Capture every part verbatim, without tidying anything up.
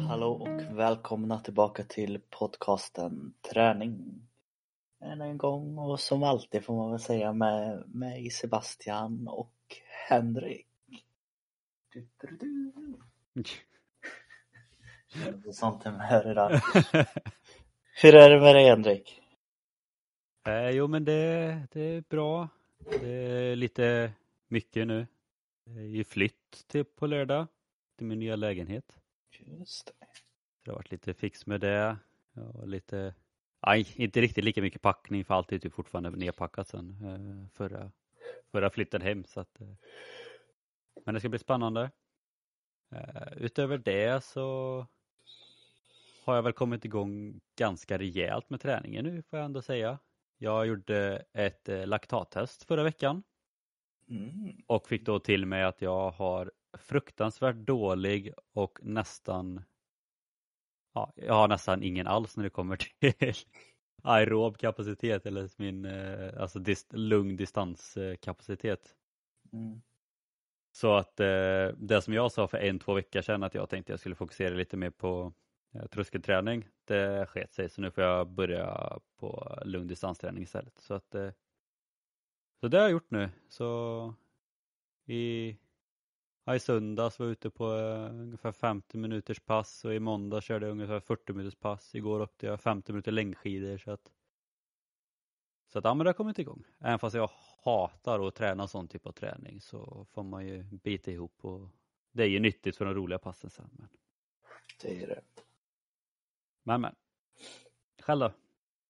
Hallå och välkomna tillbaka till podcasten Träning. Än en gång och som alltid får man väl säga med mig Sebastian och Henrik. Du, du, du. Känner du sånt humör idag? Hur är det med dig, Henrik? Eh, jo men det, det är bra. Det är lite mycket nu. Det är ju flytt till på lördag till min nya lägenhet. Just det. Det har varit lite fix med det. Och lite, nej inte riktigt lika mycket packning för allt är typ fortfarande nedpackat sen eh, förra, förra flytten hem. Så att, eh. Men det ska bli spännande. Eh, utöver det så har jag väl kommit igång ganska rejält med träningen nu får jag ändå säga. Jag gjorde ett eh, laktattest förra veckan. Mm. Och fick då till mig att jag har fruktansvärt dålig och nästan ja, jag har nästan ingen alls när det kommer till aerob kapacitet eller min eh, alltså dist, lungdistanskapacitet. Mm. Så att eh, det som jag sa för en, två veckor sedan att jag tänkte jag skulle fokusera lite mer på eh, tröskelträning, det sket sig så nu får jag börja på lungdistansträning istället. Så att eh, så det har jag gjort nu. Så i Ja, i söndags var jag ute på uh, ungefär femtio minuters pass och i måndag körde jag ungefär fyrtio minuters pass. Igår åkte jag femtio minuter längdskidor så att så att ja, men det har kommit igång. Även fast jag hatar att träna sån typ av träning så får man ju bita ihop och det är ju nyttigt för de roliga passen sen. Men Det är det. men, men. Själv då?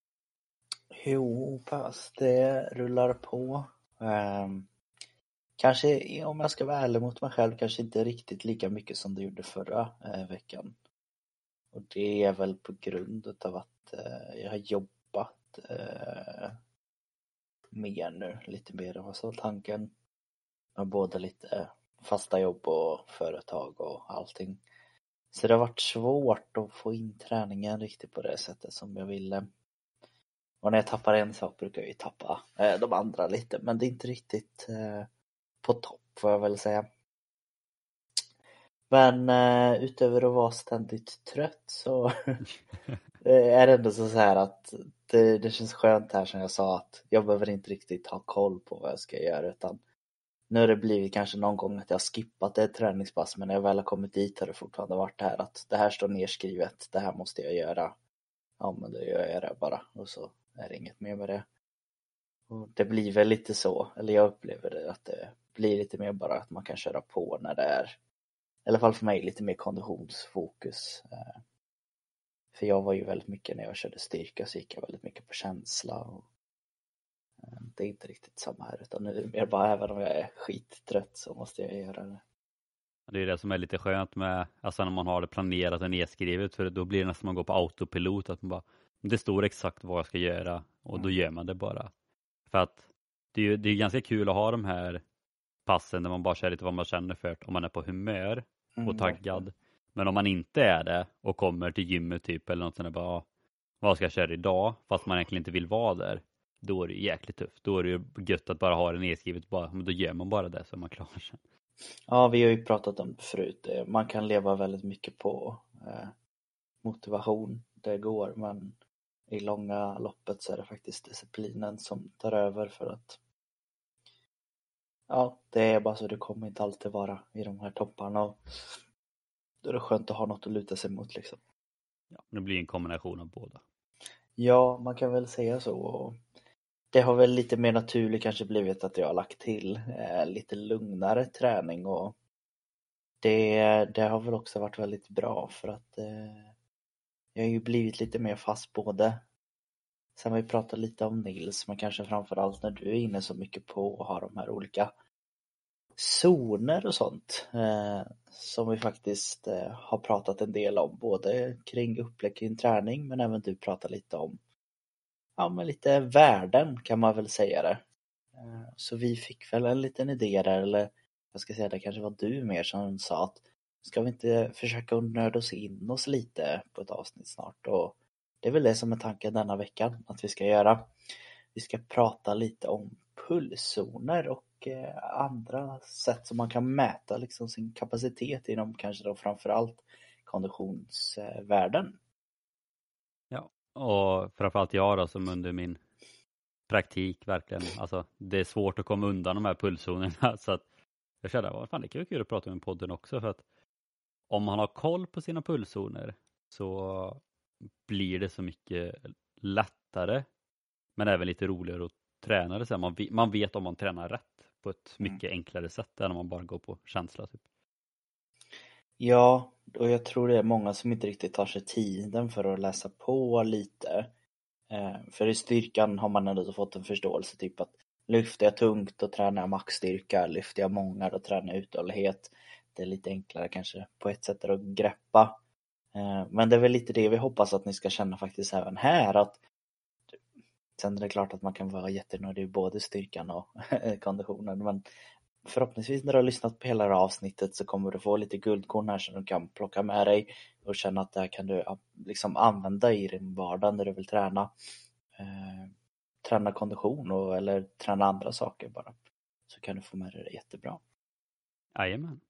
Jo, pass. Det rullar på. Um... Kanske, om jag ska vara ärlig mot mig själv, kanske inte riktigt lika mycket som det gjorde förra eh, veckan. Och det är väl på grund av att eh, jag har jobbat eh, mer nu, lite mer än vad som var tanken. Med både lite fasta jobb och företag och allting. Så det har varit svårt att få in träningen riktigt på det sättet som jag ville. Och när jag tappar en sak brukar jag ju tappa eh, de andra lite, men det är inte riktigt... Eh, på topp får jag väl säga. Men uh, utöver att vara ständigt trött så är det ändå så här att det, det känns skönt här som jag sa att jag behöver inte riktigt ha koll på vad jag ska göra utan nu har det blivit kanske någon gång att jag har skippat ett träningspass men när jag väl har kommit dit har det fortfarande varit det här att det här står nedskrivet, det här måste jag göra. Ja men då gör jag det bara och så är det inget mer med det. Och det blir väl lite så, eller jag upplever det att det blir lite mer bara att man kan köra på när det är, i alla fall för mig, lite mer konditionsfokus. För jag var ju väldigt mycket när jag körde styrka så gick jag väldigt mycket på känsla och det är inte riktigt samma här utan nu är det mer bara även om jag är skittrött så måste jag göra det. Det är det som är lite skönt med alltså när man har det planerat och nedskrivet för då blir det nästan man går på autopilot att man bara det står exakt vad jag ska göra och mm. då gör man det bara. För att det är ju det är ganska kul att ha de här passen där man bara kör lite vad man känner för om man är på humör och taggad. Mm. Men om man inte är det och kommer till gymmet typ eller något sånt där bara vad ska jag köra idag fast man egentligen inte vill vara där. Då är det jäkligt tufft. Då är det ju gött att bara ha det nedskrivet bara. Men då gör man bara det så man klarar sig. Ja, vi har ju pratat om det förut. Man kan leva väldigt mycket på eh, motivation. Det går, men i långa loppet så är det faktiskt disciplinen som tar över för att ja, det är bara så det kommer inte alltid vara i de här topparna och då är det skönt att ha något att luta sig mot liksom. Ja, det blir en kombination av båda. Ja, man kan väl säga så. Och det har väl lite mer naturligt kanske blivit att jag har lagt till eh, lite lugnare träning och det, det har väl också varit väldigt bra för att eh, jag har ju blivit lite mer fast både. Sen har vi pratat lite om Nils, men kanske framförallt när du är inne så mycket på att ha de här olika zoner och sånt eh, som vi faktiskt eh, har pratat en del om, både kring upplägg kring träning men även du pratar lite om ja, men lite värden kan man väl säga det. Eh, så vi fick väl en liten idé där, eller jag ska säga det kanske var du mer som sa att ska vi inte försöka nörda oss in oss lite på ett avsnitt snart och det är väl det som är tanken denna veckan att vi ska göra. Vi ska prata lite om pulszoner och eh, andra sätt som man kan mäta liksom sin kapacitet inom kanske då framförallt konditionsvärden. Ja, och framförallt jag då som under min praktik verkligen, alltså det är svårt att komma undan de här pulszonerna så att jag kände, vad fan det kan vara kul att prata med podden också för att om man har koll på sina pulszoner så blir det så mycket lättare men även lite roligare att träna det. Så man, man vet om man tränar rätt på ett mycket mm. enklare sätt än om man bara går på känsla. Typ. Ja, och jag tror det är många som inte riktigt tar sig tiden för att läsa på lite. Eh, för i styrkan har man ändå fått en förståelse typ att lyfter jag tungt då tränar jag maxstyrka, lyfter jag många då tränar jag uthållighet. Det är lite enklare kanske på ett sätt att greppa. Eh, men det är väl lite det vi hoppas att ni ska känna faktiskt även här. Att sen är det klart att man kan vara jättenödig i både styrkan och konditionen. Men förhoppningsvis när du har lyssnat på hela det här avsnittet så kommer du få lite guldkorn här som du kan plocka med dig och känna att det här kan du liksom använda i din vardag när du vill träna. Eh, träna kondition och, eller träna andra saker bara. Så kan du få med dig det jättebra. Jajamän.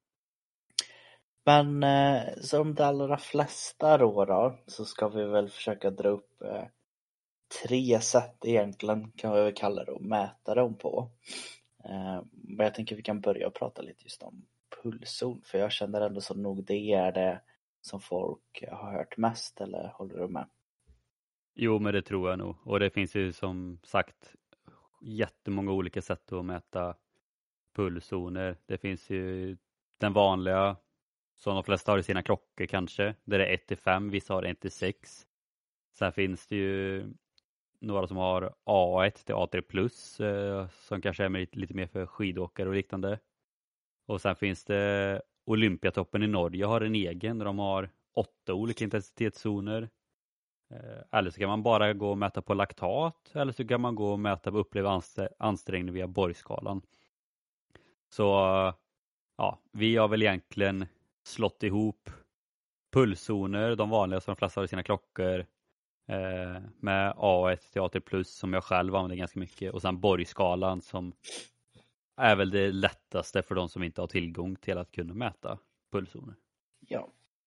Men eh, som de allra flesta då, då så ska vi väl försöka dra upp eh, tre sätt egentligen kan vi väl kalla det och mäta dem på. Eh, men jag tänker vi kan börja prata lite just om pulszon för jag känner ändå så nog det är det som folk har hört mest, eller håller du med? Jo, men det tror jag nog. Och det finns ju som sagt jättemånga olika sätt att mäta pulszoner. Det finns ju den vanliga som de flesta har i sina klockor kanske. Där det är ett till fem, vissa har ett till sex. Sen finns det ju några som har A ett till A tre plus eh, som kanske är lite, lite mer för skidåkare och liknande. Och sen finns det Olympiatoppen i Norge har en egen där de har åtta olika intensitetszoner. Eh, eller så kan man bara gå och mäta på laktat eller så kan man gå och mäta på uppleva ansträngning via Borgskalan. Så ja, vi har väl egentligen slått ihop pulszoner, de vanliga som de flesta har i sina klockor, eh, med A ett till A tre plus som jag själv använder ganska mycket och sen Borgskalan som är väl det lättaste för de som inte har tillgång till att kunna mäta pulszoner. Ja.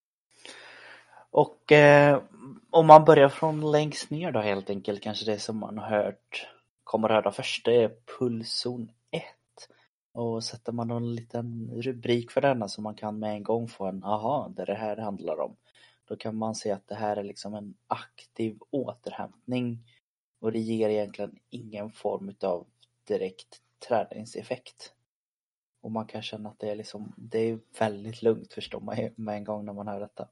Och eh, om man börjar från längst ner då helt enkelt, kanske det som man har hört kommer att höra först, det är pulszon ett. Och sätter man någon liten rubrik för denna så man kan med en gång få en aha, det det här handlar om. Då kan man se att det här är liksom en aktiv återhämtning och det ger egentligen ingen form av direkt träningseffekt. Och man kan känna att det är liksom, det är väldigt lugnt, förstår man med en gång när man hör detta.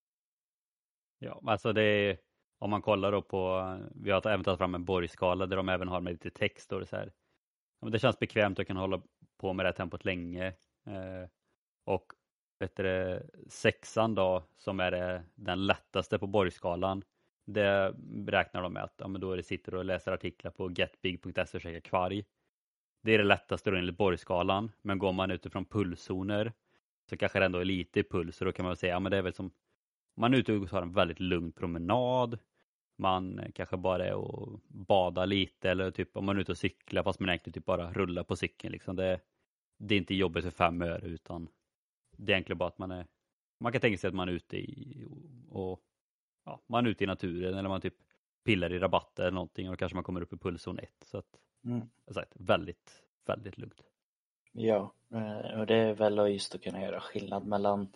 Ja, alltså det är, om man kollar då på, vi har även tagit fram en Borgskala där de även har med lite text och så här. Ja, det känns bekvämt att kunna hålla på med det här tempot länge. Eh, och vet du, sexan då, som är det, den lättaste på Borgskalan, det räknar de med att ja, men då är det sitter och läser artiklar på getbig punkt se och käkar kvarg. Det är det lättaste då enligt Borgskalan, men går man utifrån pulszoner så kanske det ändå är lite puls, så då kan man säga ja, men det är väl som man är ute och tar en väldigt lugn promenad. Man kanske bara är och badar lite eller typ om man är ute och cyklar fast man egentligen typ bara rullar på cykeln. Liksom. Det, det är inte jobbigt för fem öre utan det är egentligen bara att man är, man kan tänka sig att man är ute i och, och ja, man är ute i naturen eller man typ pillar i rabatter eller någonting och då kanske man kommer upp i pulszon ett. Så att, mm. jag sagt, väldigt, väldigt lugnt. Ja, och det är väl just att kunna göra skillnad mellan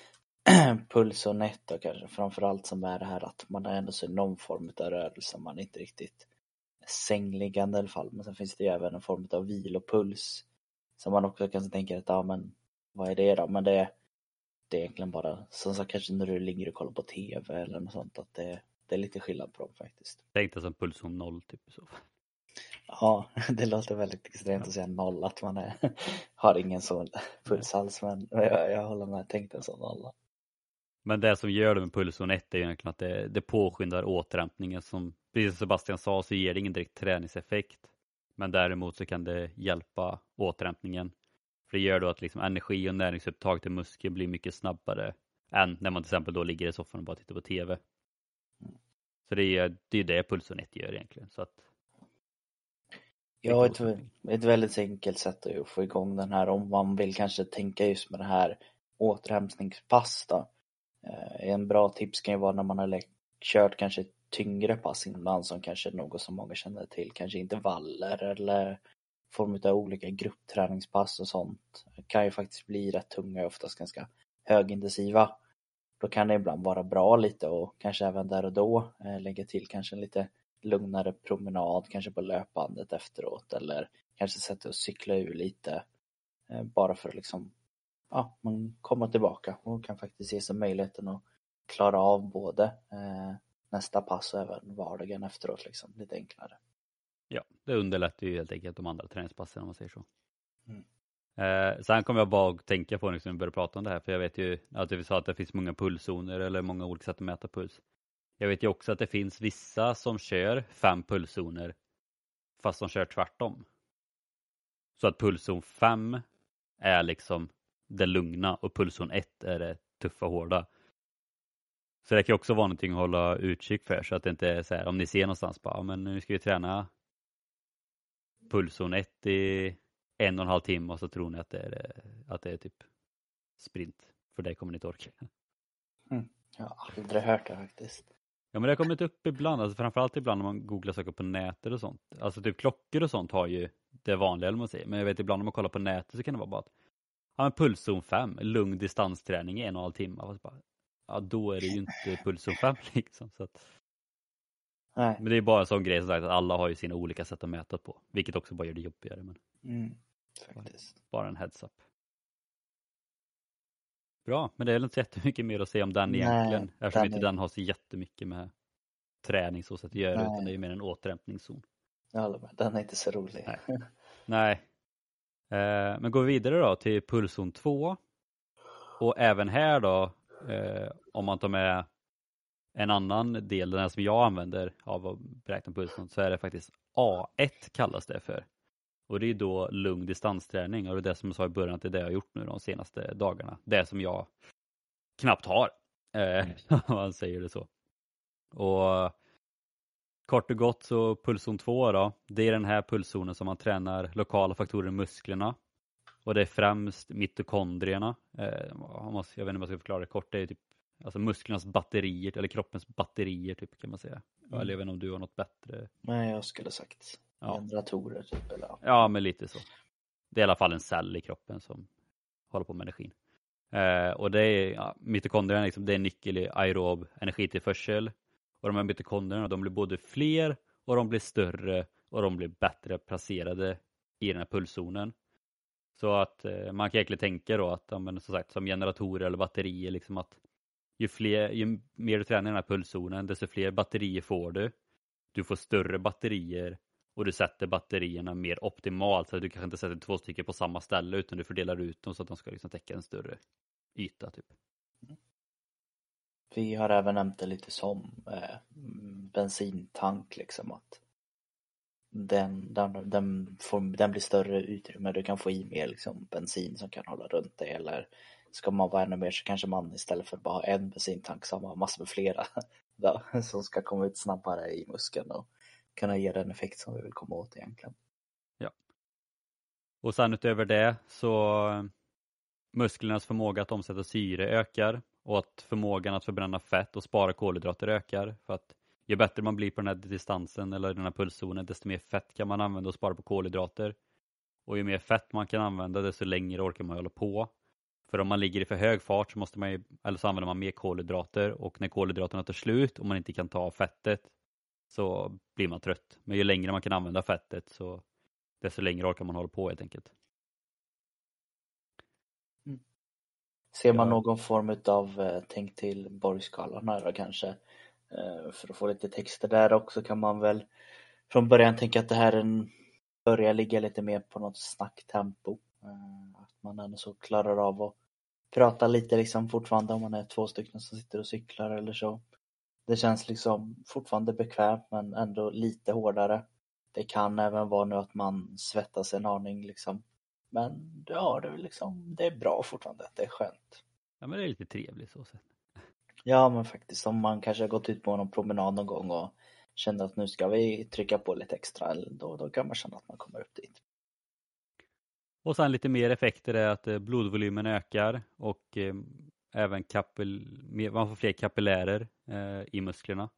puls och nett och kanske framförallt som är det här att man är ändå så någon form av rörelse, man är inte riktigt sängliggande i alla fall, men sen finns det ju även en form av vilopuls som man också kan tänka att ja men vad är det då, men det, det är egentligen bara som sagt kanske när du ligger och kollar på tv eller något sånt att det, det är lite skillnad på dem faktiskt. Tänk dig som pulszon noll typ så. Ja, det låter väldigt extremt att säga noll, att man är, har ingen sån puls alls, men jag, jag håller med, tänk en sån nolla. Men det som gör det med pulszon ett är egentligen att det, det påskyndar återhämtningen. Som precis som Sebastian sa så ger det ingen direkt träningseffekt. Men däremot så kan det hjälpa återhämtningen. För det gör då att liksom energi och näringsupptag till muskeln blir mycket snabbare än när man till exempel då ligger i soffan och bara tittar på tv. Så det är det, är det pulszon ett gör egentligen. Så att, ja, ett, ett väldigt enkelt sätt att få igång den här om man vill kanske tänka just med det här återhämtningspass då. En bra tips kan ju vara när man har kört kanske tyngre pass innan, som kanske är något som många känner till, kanske intervaller eller form av olika gruppträningspass och sånt. Det kan ju faktiskt bli rätt tunga och oftast ganska högintensiva. Då kan det ibland vara bra lite och kanske även där och då lägga till kanske en lite lugnare promenad, kanske på löpbandet efteråt, eller kanske sätta och cykla ur lite, bara för att liksom, ja, man kommer tillbaka och kan faktiskt ge sig möjligheten att klara av både eh, nästa pass och även vardagen efteråt liksom, lite enklare. Ja, det underlättar ju helt enkelt de andra träningspassen om man säger så. Mm. Eh, sen kommer jag bara att tänka på liksom, när vi började prata om det här, för jag vet ju att vi sa att det finns många pulszoner eller många olika sätt att mäta puls. Jag vet ju också att det finns vissa som kör fem pulszoner fast de kör tvärtom. Så att pulszon fem är liksom det lugna och pulszon ett är det tuffa hårda. Så det kan också vara någonting att hålla utkik för, så att det inte är så här, om ni ser någonstans bara, ja, men nu ska vi träna pulszon ett i en och en halv timme och så tror ni att det är, att det är typ sprint. För det kommer ni inte orka. Mm. Jag har aldrig hört det faktiskt. Ja, men det har kommit upp ibland, alltså framförallt ibland när man googlar saker på nätet och sånt. Alltså typ klockor och sånt har ju det vanliga, eller man säger. Men jag vet ibland när man kollar på nätet så kan det vara bara att ja, men pulszon fem, lugn distansträning i en och en halv timme. Och så bara, ja, då är det ju inte pulszon fem liksom. Så att... Nej. Men det är bara en sån grej som sagt att alla har ju sina olika sätt att mäta på. Vilket också bara gör det jobbigare. Men... Mm, faktiskt. Bara en heads up. Bra, men det är väl inte så jättemycket mer att säga om den Nej, egentligen. Eftersom den inte är... den har så jättemycket med träning så att göra, utan det är mer en återhämtningszon. Ja, den är inte så rolig. Nej. Nej. Eh, men går vi vidare då till pulszon två. Och även här då, eh, om man tar med en annan del, den här som jag använder av att beräkna pulsen, så är det faktiskt A ett kallas det för. Och det är då lugn distansträning, och det är det som jag sa i början att det är det jag har gjort nu de senaste dagarna. Det som jag knappt har, eh, om man säger det så. Och kort och gott så pulszon två då, det är den här pulszonen som man tränar lokala faktorer i musklerna. Och det är främst mitokondrierna. Eh, jag, måste, jag vet inte om jag ska förklara det kort. Det är typ alltså musklernas batterier, eller kroppens batterier typ kan man säga. Mm. Eller jag vet inte om du har något bättre. Nej, jag skulle sagt ja. generatorer typ. Eller? Ja, men lite så. Det är i alla fall en cell i kroppen som håller på med energin. Eh, och det är ja, mitokondrierna, liksom, det är nyckel i aerob energitillförsel. Och de här mitokondrierna, de blir både fler och de blir större och de blir bättre placerade i den här pulszonen. Så att eh, man kan egentligen tänka då att, ja, men, som sagt, som generatorer eller batterier, liksom att ju, fler, ju mer du tränar i den här pulszonen, desto fler batterier får du. Du får större batterier och du sätter batterierna mer optimalt, så att du kanske inte sätter två stycken på samma ställe utan du fördelar ut dem så att de ska liksom täcka en större yta typ. Vi har även nämnt det lite som eh, bensintank liksom, att den, den, den, får, den blir större utrymme, du kan få i mer liksom, bensin som kan hålla runt dig, eller ska man vara ännu mer så kanske man istället för att bara ha en bensintank så har man massor med flera då, som ska komma ut snabbare i muskeln och kunna ge den effekt som vi vill komma åt egentligen. Ja. Och sen utöver det så musklernas förmåga att omsätta syre ökar och att förmågan att förbränna fett och spara kolhydrater ökar, för att ju bättre man blir på den här distansen eller den här pulszonen, desto mer fett kan man använda och spara på kolhydrater. Och ju mer fett man kan använda, desto längre orkar man hålla på. För om man ligger i för hög fart så måste man ju, eller så använder man mer kolhydrater, och när kolhydraterna tar slut och man inte kan ta fettet så blir man trött. Men ju längre man kan använda fettet så desto längre orkar man hålla på helt enkelt. Mm. Ser man Ja. någon form av eh, tänk till Borgskalan här då, kanske? Eh, för att få lite texter där också kan man väl från början tänka att det här är en, börjar ligga lite mer på något snacktempo. Eh, att man ändå så klarar av att prata lite liksom fortfarande om man är två stycken som sitter och cyklar eller så. Det känns liksom fortfarande bekvämt men ändå lite hårdare. Det kan även vara nu att man svettas en aning liksom. Men ja, det är liksom, det är bra fortfarande, det är skönt. Ja, men det är lite trevligt så sett. Ja, men faktiskt om man kanske har gått ut på någon promenad någon gång och känner att nu ska vi trycka på lite extra, då, då kan man känna att man kommer upp dit. Och sen lite mer effekter är att blodvolymen ökar och även kapil, man får fler kapillärer eh, i musklerna.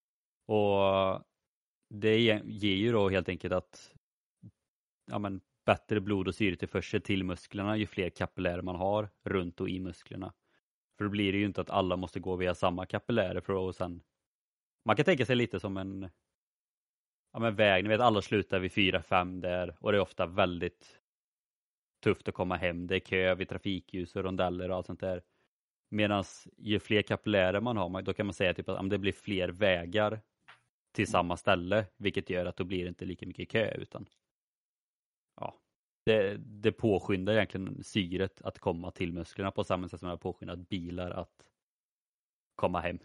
Och det ger ju då helt enkelt att ja, men, bättre blod- och syretillförsel till musklerna ju fler kapillärer man har runt och i musklerna. För då blir det ju inte att alla måste gå via samma kapillärer för att sen... Man kan tänka sig lite som en, ja, men väg. Ni vet, alla slutar vid fyra fem där och det är ofta väldigt tufft att komma hem. Det är kö vid trafikljus och rondeller och allt sånt där. Medan ju fler kapillärer man har, då kan man säga typ att ja, det blir fler vägar till samma ställe, vilket gör att då blir det inte lika mycket kö utan ja, det, det påskyndar egentligen syret att komma till musklerna på samma sätt som det har påskyndat bilar att komma hem.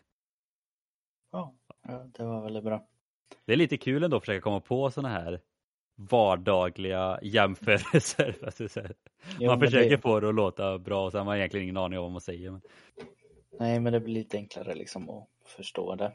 Ja, det var väldigt bra. Det är lite kul ändå att försöka komma på sådana här vardagliga jämförelser. Jo, man men försöker det... få det att låta bra och så har man egentligen ingen aning om vad man säger. Men... Nej, men det blir lite enklare liksom att förstå det.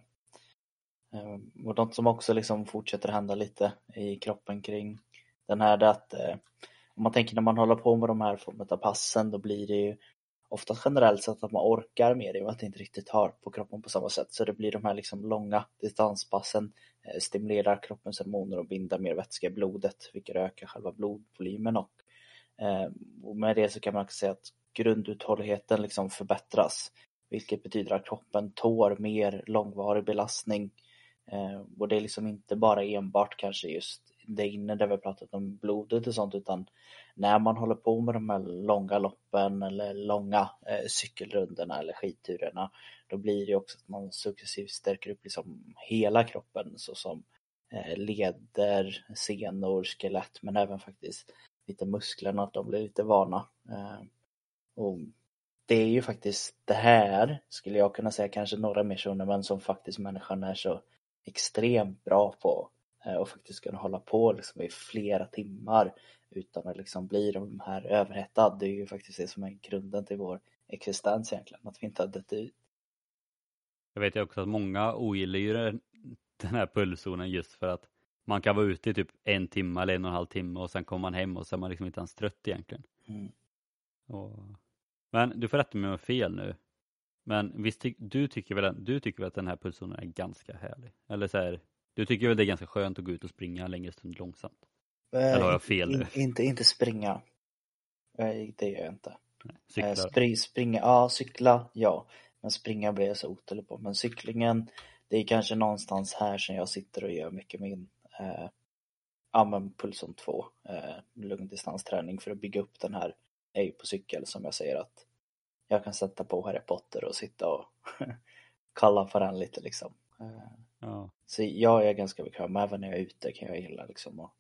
Och något som också liksom fortsätter hända lite i kroppen kring den här, det att eh, om man tänker när man håller på med de här formen av passen, då blir det ju ofta generellt sett att man orkar mer och att det inte riktigt har på kroppen på samma sätt. Så det blir de här liksom långa distanspassen, eh, stimulerar kroppens hormoner och binder mer vätska i blodet, vilket ökar själva blodvolymen. Och, eh, och med det så kan man också säga att grunduthålligheten liksom förbättras, vilket betyder att kroppen tål mer långvarig belastning. Eh, och det är liksom inte bara enbart kanske just det inne där vi har pratat om blodet och sånt, utan när man håller på med de här långa loppen eller långa eh, cykelrundorna eller skidturerna, då blir det också att man successivt stärker upp liksom hela kroppen, såsom eh, leder, senor, skelett, men även faktiskt lite musklerna, att de blir lite vana. Eh, och det är ju faktiskt det här, skulle jag kunna säga, kanske några mer zoner, men som faktiskt människan är så extremt bra på, och faktiskt kunna hålla på liksom i flera timmar utan att liksom bli de här överhettad. Det är ju faktiskt det som är grunden till vår existens egentligen, att vi inte har dött ut. Jag vet ju också att många ogillar ju den här pulszonen just för att man kan vara ute i typ en timme eller en och en halv timme och sen kommer man hem och så är man liksom inte ens trött egentligen. Mm. Och... Men du får rätta mig om jag har fel nu. Men visst, ty- du, tycker väl, du tycker väl att den här pulszonen är ganska härlig? Eller så här, du tycker väl det är ganska skönt att gå ut och springa en längre stund långsamt? Eh, Eller har jag fel in, nu? inte, inte springa. Eh, det gör jag inte. Nej, cykla. Eh, spring, springa, ja, cykla, ja. Men springa blir jag så otålig på. Men cyklingen, det är kanske någonstans här som jag sitter och gör mycket min eh, ja, men pulszon två, eh, lungdistansträning för att bygga upp den här, är ju på cykel som jag säger att jag kan sätta på Harry Potter och sitta och kalla på den lite liksom. Eh, Ja. Så jag är ganska bekväm, även när jag är ute kan jag gilla liksom. Och,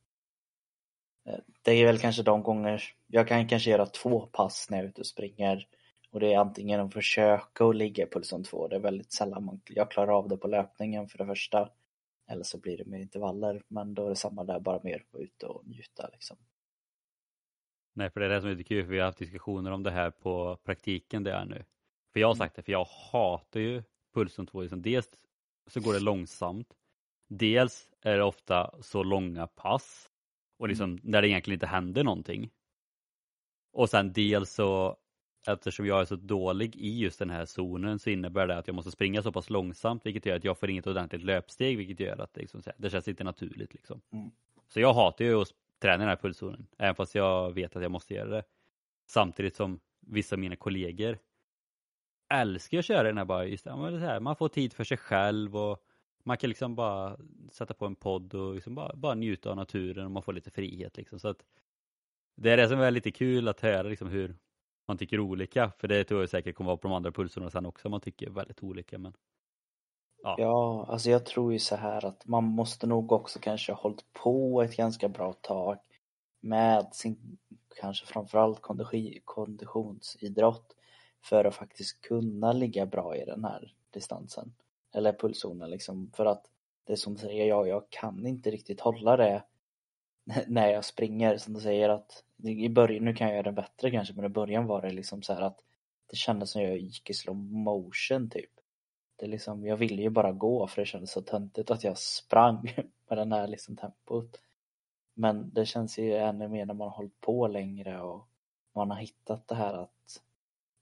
eh, det är väl kanske de gånger, jag kan kanske göra två pass när jag är ute och springer. Och det är antingen att försöka att ligga i pulszon två, det är väldigt sällan man, jag klarar av det på löpningen för det första. Eller så blir det med intervaller, men då är det samma där, bara mer på ute och njuta liksom. Nej, för det är det som är lite kul, för vi har haft diskussioner om det här på praktiken det är nu. För jag har sagt det, för jag hatar ju pulszon två. Liksom. Dels så går det långsamt. Dels är det ofta så långa pass. Och liksom mm. när det egentligen inte händer någonting. Och sen dels så, eftersom jag är så dålig i just den här zonen, så innebär det att jag måste springa så pass långsamt, vilket gör att jag får inget ordentligt löpsteg, vilket gör att det, liksom, det känns inte naturligt. Liksom. Mm. Så jag hatar ju att träna den här pulszonen, även fast jag vet att jag måste göra det. Samtidigt som vissa av mina kollegor älskar att köra den här bara, just, ja, men det här, man får tid för sig själv och man kan liksom bara sätta på en podd och liksom bara, bara njuta av naturen och man får lite frihet. Liksom. Så att det är det som är lite kul att höra liksom, hur man tycker olika, för det tror jag säkert kommer vara på de andra pulserna sen också, man tycker väldigt olika. Men ja. ja, alltså jag tror ju så här att man måste nog också kanske ha hållit på ett ganska bra tag med sin kanske framförallt konditionsidrott för att faktiskt kunna ligga bra i den här distansen eller pulszonen liksom, för att det som säger jag, jag kan inte riktigt hålla det när jag springer, som du säger att i början, nu kan jag göra det bättre kanske, men i början var det liksom så här att det kändes som jag gick i slow motion typ. Det liksom, jag ville ju bara gå för det kändes så töntigt att jag sprang med den här liksom tempot. Men det känns ju ännu mer när man har hållit på längre och man har hittat det här att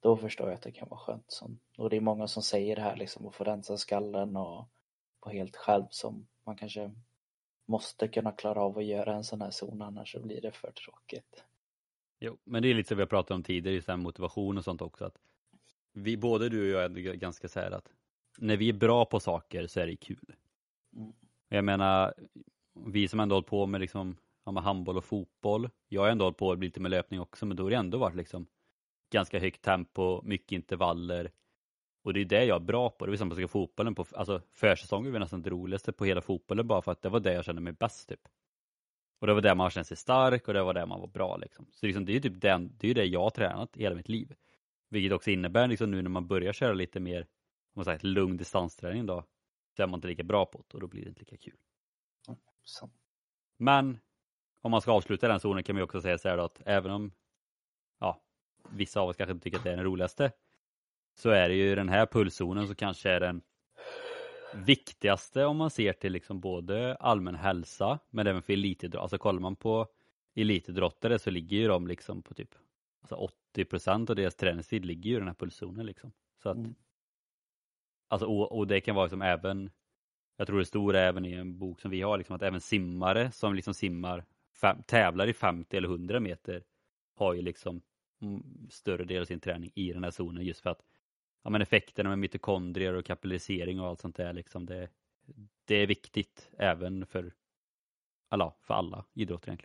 då förstår jag att det kan vara skönt. Som, och det är många som säger det här liksom, att få rensa skallen och på helt själv, som man kanske måste kunna klara av att göra en sån här zon, annars så blir det för tråkigt. Jo, men det är lite så vi har pratat om tidigare, just motivation och sånt också. Att vi, både du och jag är ganska så här att när vi är bra på saker så är det kul. Mm. Jag menar, vi som ändå hållit på med, liksom, ja, med handboll och fotboll. Jag har ändå hållit på lite med löpning också, men då har det ändå varit liksom ganska högt tempo, mycket intervaller. Och det är det jag är bra på. Det är som att fotbollen på, alltså försäsongen var nästan det roligaste på hela fotbollen, bara för att det var det jag kände mig bäst typ. Och det var där man kände sig stark och det var där man var bra liksom. Så liksom, det är ju typ den, det är det jag har tränat hela mitt liv. Vilket också innebär liksom nu när man börjar köra lite mer, om man säger, lugn distansträning då, så är man inte lika bra på det och då blir det inte lika kul. Så. Men om man ska avsluta den zonen kan man ju också säga så här då, att även om ja, vissa av oss kanske inte tycker att det är den roligaste, så är det ju den här pulszonen som kanske är den viktigaste om man ser till liksom både allmän hälsa men även för elitidrott. Alltså kollar man på elitidrottare så ligger ju de liksom på typ alltså åttio procent av deras träningstid ligger ju i den här pulszonen liksom. Så att Mm. alltså, och, och det kan vara som även, jag tror det står även i en bok som vi har liksom, att även simmare som liksom simmar fem, tävlar i femtio eller hundra meter har ju liksom mm, större del av sin träning i den här zonen, just för att ja, men effekterna med mitokondrier och kapillarisering och allt sånt där liksom, det, det är viktigt även för alla, för alla idrotter egentligen.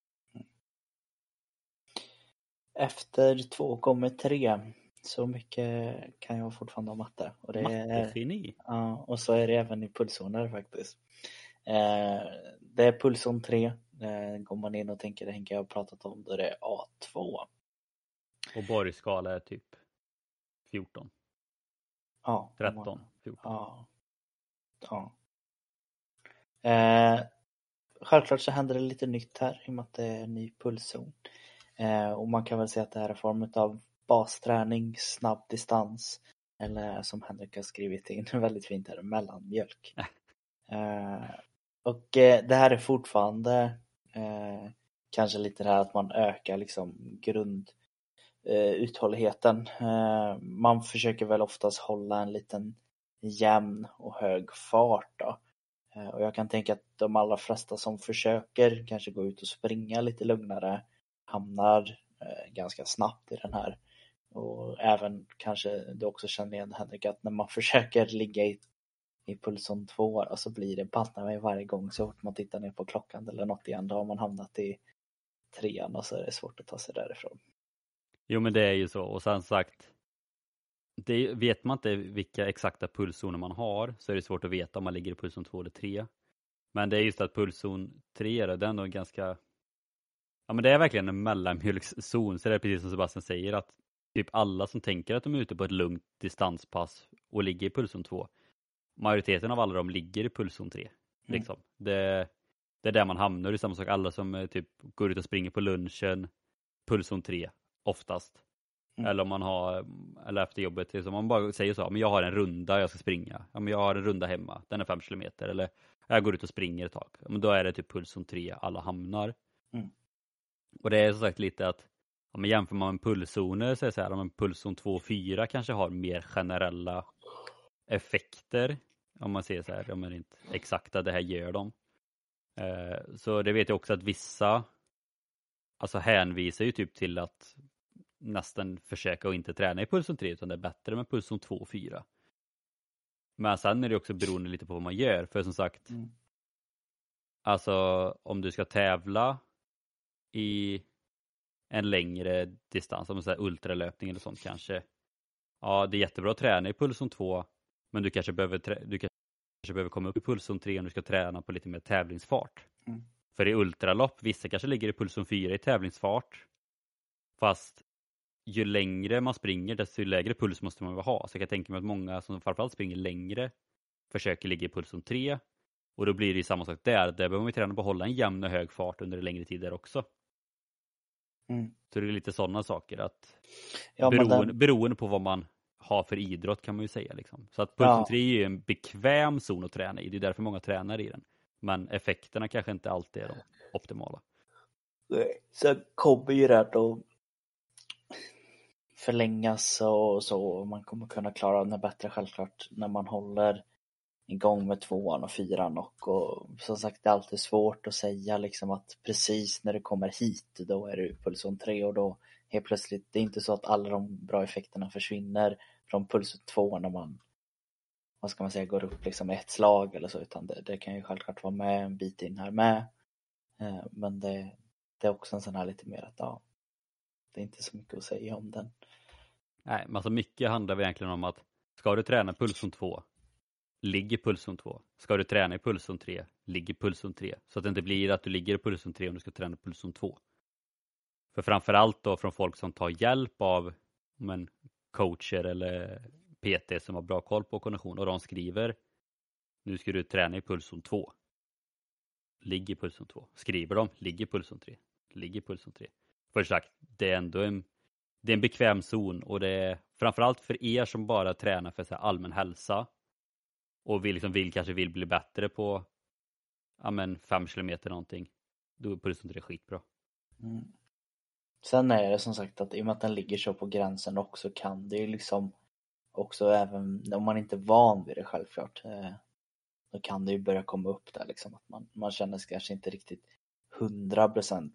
Efter två kommer tre. Så mycket kan jag fortfarande om matte. Och det är, Mattegeni. ja, och så är det även i pulszoner faktiskt. Eh, det är pulszon tre. Eh, går man in och tänker, det Henke jag har pratat om, då är det A två. Och borgskala är typ fjorton. Ja, tretton, fjorton. Ja. ja. Eh, självklart så händer det lite nytt här i och med att det är en ny pulszon. Eh, och man kan väl säga att det här är form av basträning, snabb distans, eller som Henrik har skrivit in väldigt fint här, mellanmjölk. eh, och eh, det här är fortfarande eh, kanske lite det här att man ökar liksom grund eh, uthålligheten. Eh, man försöker väl oftast hålla en liten jämn och hög fart då. Eh, och jag kan tänka att de allra flesta som försöker kanske gå ut och springa lite lugnare hamnar eh, ganska snabbt i den här. Och även kanske du också känner igen, Henrik, att när man försöker ligga i, i pulszon två, och så blir det banna mig varje gång så fort man tittar ner på klockan eller något igen, då har man hamnat i trean och så är det svårt att ta sig därifrån. Jo, men det är ju så. Och sen sagt, det vet man inte vilka exakta pulszoner man har, så är det svårt att veta om man ligger i pulszon två eller tre. Men det är just att pulszon tre är den är ganska, ja men det är verkligen en mellanmjölkszon, så det är precis som Sebastian säger, att typ alla som tänker att de är ute på ett lugnt distanspass och ligger i pulszon två, majoriteten av alla de ligger i pulszon tre. Mm. Liksom. Det, det är där man hamnar. Det är samma sak, alla som typ går ut och springer på lunchen, pulszon tre oftast. Mm. Eller om man har, eller efter jobbet, liksom, man bara säger så, men jag har en runda jag ska springa. Ja, men jag har en runda hemma, den är fem kilometer. Eller jag går ut och springer ett tag. Men då är det typ pulszon tre alla hamnar. Mm. Och det är som sagt lite att, om man jämför med pulszoner så är det så här, om en pulszon två och fyra kanske har mer generella effekter. Om man ser så här, om man inte exakta det här gör de. Eh, så det vet jag också att vissa alltså hänvisar ju typ till att nästan försöka att inte träna i pulszon tre, utan det är bättre med pulszon två och fyra. Men sen är det också beroende lite på vad man gör. För som sagt, mm. alltså om du ska tävla i en längre distans, som så här ultralöpning eller sånt kanske. Ja, det är jättebra att träna i pulszon två, men du kanske behöver, trä- du kanske behöver komma upp i pulszon tre om du ska träna på lite mer tävlingsfart. Mm. För i ultralopp, vissa kanske ligger i pulszon fyra i tävlingsfart. Fast ju längre man springer, desto lägre puls måste man ha. Så jag kan tänka mig att många som framförallt springer längre försöker ligga i pulszon tre. Och då blir det ju samma sak där. Där behöver man träna på att hålla en jämn och hög fart under en längre tid där också. Mm. Så det är lite sådana saker att ja, beroende, den... beroende på vad man har för idrott kan man ju säga. Liksom. Så att pulszon tre är ju en bekväm zon att träna i. Det är därför många tränar i den. Men effekterna kanske inte alltid är de optimala. Nej. Så kommer ju det då. förlängas och så. Man kommer kunna klara det bättre självklart när man håller igång med tvåan och fyran och, och som sagt det är alltid svårt att säga liksom att precis när det kommer hit då är det pulszon tre och då helt plötsligt, det är inte så att alla de bra effekterna försvinner från pulszon två när man, vad ska man säga, går upp liksom ett slag eller så, utan det, det kan ju självklart vara med en bit in här med. Eh, men det, det är också en sån här lite mer att ja, det är inte så mycket att säga om den. Nej, men alltså mycket handlar egentligen om att ska du träna pulszon två, ligger pulszon två. Ska du träna i pulszon tre, ligger pulszon tre. Så att det inte blir att du ligger i pulszon tre om du ska träna pulszon två. För framförallt då från folk som tar hjälp av men, coacher eller P T som har bra koll på kondition och de skriver nu ska du träna i pulszon två. Ligger pulszon två. Skriver de, ligger pulszon tre. Ligger pulszon tre. Först sagt, det är ändå en, det är en bekväm zon och det är framförallt för er som bara tränar för så här, allmän hälsa och vill, liksom, vill kanske vill bli bättre på ja, men, fem kilometer någonting. Då är pulszon tre skitbra. Mm. Sen är det som sagt att i och med att den ligger så på gränsen också kan det ju liksom också även om man inte är van vid det självklart eh, då kan det ju börja komma upp där liksom att man, man känner sig kanske inte riktigt hundra procent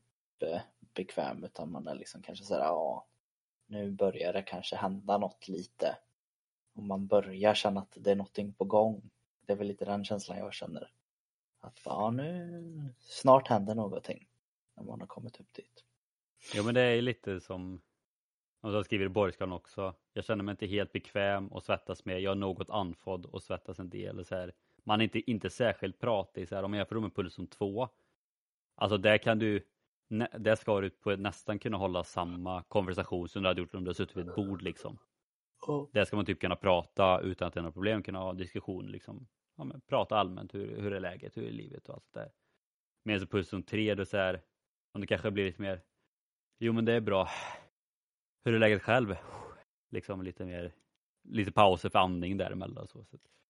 bekväm utan man är liksom kanske såhär ja nu börjar det kanske hända något lite och man börjar känna att det är någonting på gång. Det är väl lite den känslan jag känner att ja nu snart händer någonting när man har kommit upp dit. Ja men det är lite som och så skriver i Borgskan också. Jag känner mig inte helt bekväm och svettas med. Jag är något andfådd och svettas en del. Så här. Man är inte, inte särskilt pratig. Så här. Om jag jämför med pulszon två. Alltså där kan du. Där ska du på nästan kunna hålla samma konversation som du hade gjort om du hade suttit vid ett bord liksom. Oh. Där ska man typ kunna prata utan att det är några problem. Kunna ha diskussion liksom. Ja, men, prata allmänt. Hur, hur är läget? Hur är livet? Och allt där. Medan pulszon tre då så här. Om det kanske blir lite mer. Jo men det är bra. Hur är läget själv? Liksom lite mer lite pauser för andning däremellan så.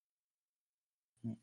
Mm.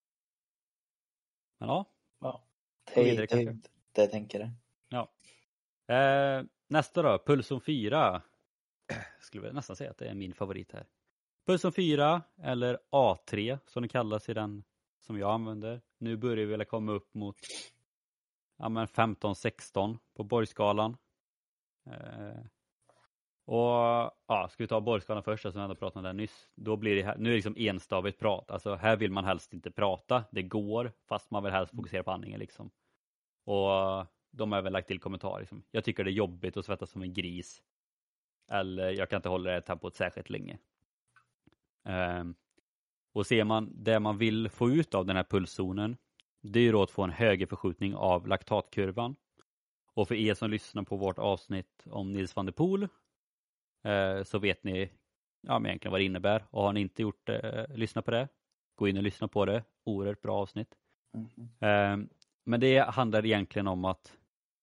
Men ja. Ja. Det, vidare, det, det, det tänker jag. Ja. Eh, nästa då, pulszon fyra. Skulle jag nästan säga att det är min favorit här. Pulszon fyra eller A tre som det kallas i den som jag använder. Nu börjar vi väl komma upp mot ja, men femton sexton på Borgskalan. Eh, Och ja, ska vi ta Borgskalan först som jag ändå pratade om där nyss. Då blir det här, nu är det liksom enstavigt prat. Alltså här vill man helst inte prata. Det går, fast man vill helst fokusera på andningen liksom. Och de har väl lagt till kommentarer liksom. Jag tycker det är jobbigt att svettas som en gris. Eller jag kan inte hålla det här tempot särskilt länge. Um, och ser man det man vill få ut av den här pulszonen. Det är ju då att få en högre förskjutning av laktatkurvan. Och för er som lyssnar på vårt avsnitt om Nils van der Poel. Så vet ni ja, men egentligen vad det innebär. Och har ni inte gjort det, lyssna på det. Gå in och lyssna på det. Oerhört bra avsnitt. Mm-hmm. Men det handlar egentligen om att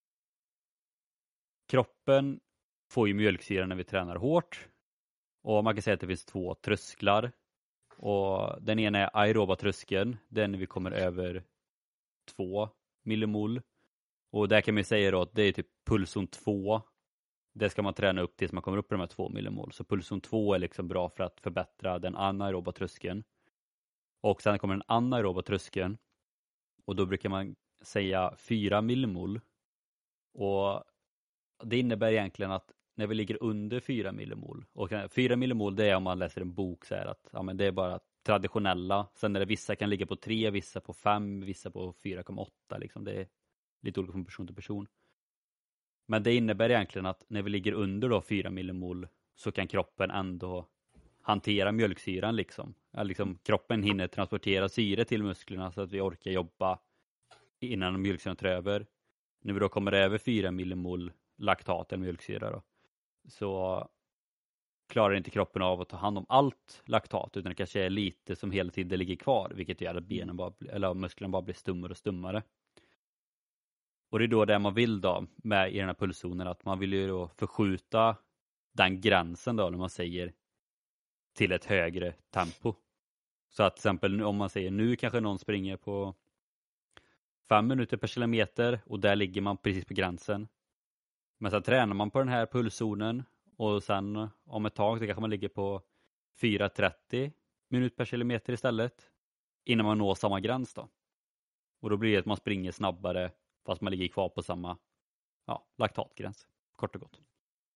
kroppen får ju mjölksyra när vi tränar hårt. Och man kan säga att det finns två trösklar. Och den ena är aeroba tröskeln. Den vi kommer över två millimol. Och där kan man säga då att det är typ pulszon två. Det ska man träna upp tills man kommer upp på de här två millimol. Så pulszon två är liksom bra för att förbättra den anaeroba tröskeln. Och sen kommer den anaeroba tröskeln. Och då brukar man säga fyra millimol. Och det innebär egentligen att när vi ligger under fyra millimol. Och fyra millimol det är om man läser en bok så här att ja, men det är bara traditionella. Sen är det vissa kan ligga på tre, vissa på fem, vissa på fyra komma åtta. Liksom. Det är lite olika från person till person. Men det innebär egentligen att när vi ligger under då fyra millimol så kan kroppen ändå hantera mjölksyran liksom. liksom. Kroppen hinner transportera syre till musklerna så att vi orkar jobba innan mjölksyran tar över. När vi då kommer över fyra millimol laktat eller mjölksyra då, så klarar inte kroppen av att ta hand om allt laktat utan det kanske är lite som hela tiden ligger kvar vilket gör att benen bara, eller musklerna bara blir stummare och stummare. Och det är då det man vill då med i den här pulszonen att man vill ju då förskjuta den gränsen då när man säger till ett högre tempo. Så att till exempel om man säger nu kanske någon springer på fem minuter per kilometer och där ligger man precis på gränsen. Men så tränar man på den här pulszonen och sen om ett tag så kanske man ligger på fyra trettio minut per kilometer istället innan man når samma gräns då. Och då blir det att man springer snabbare fast man ligger kvar på samma ja, laktatgräns, kort och gott.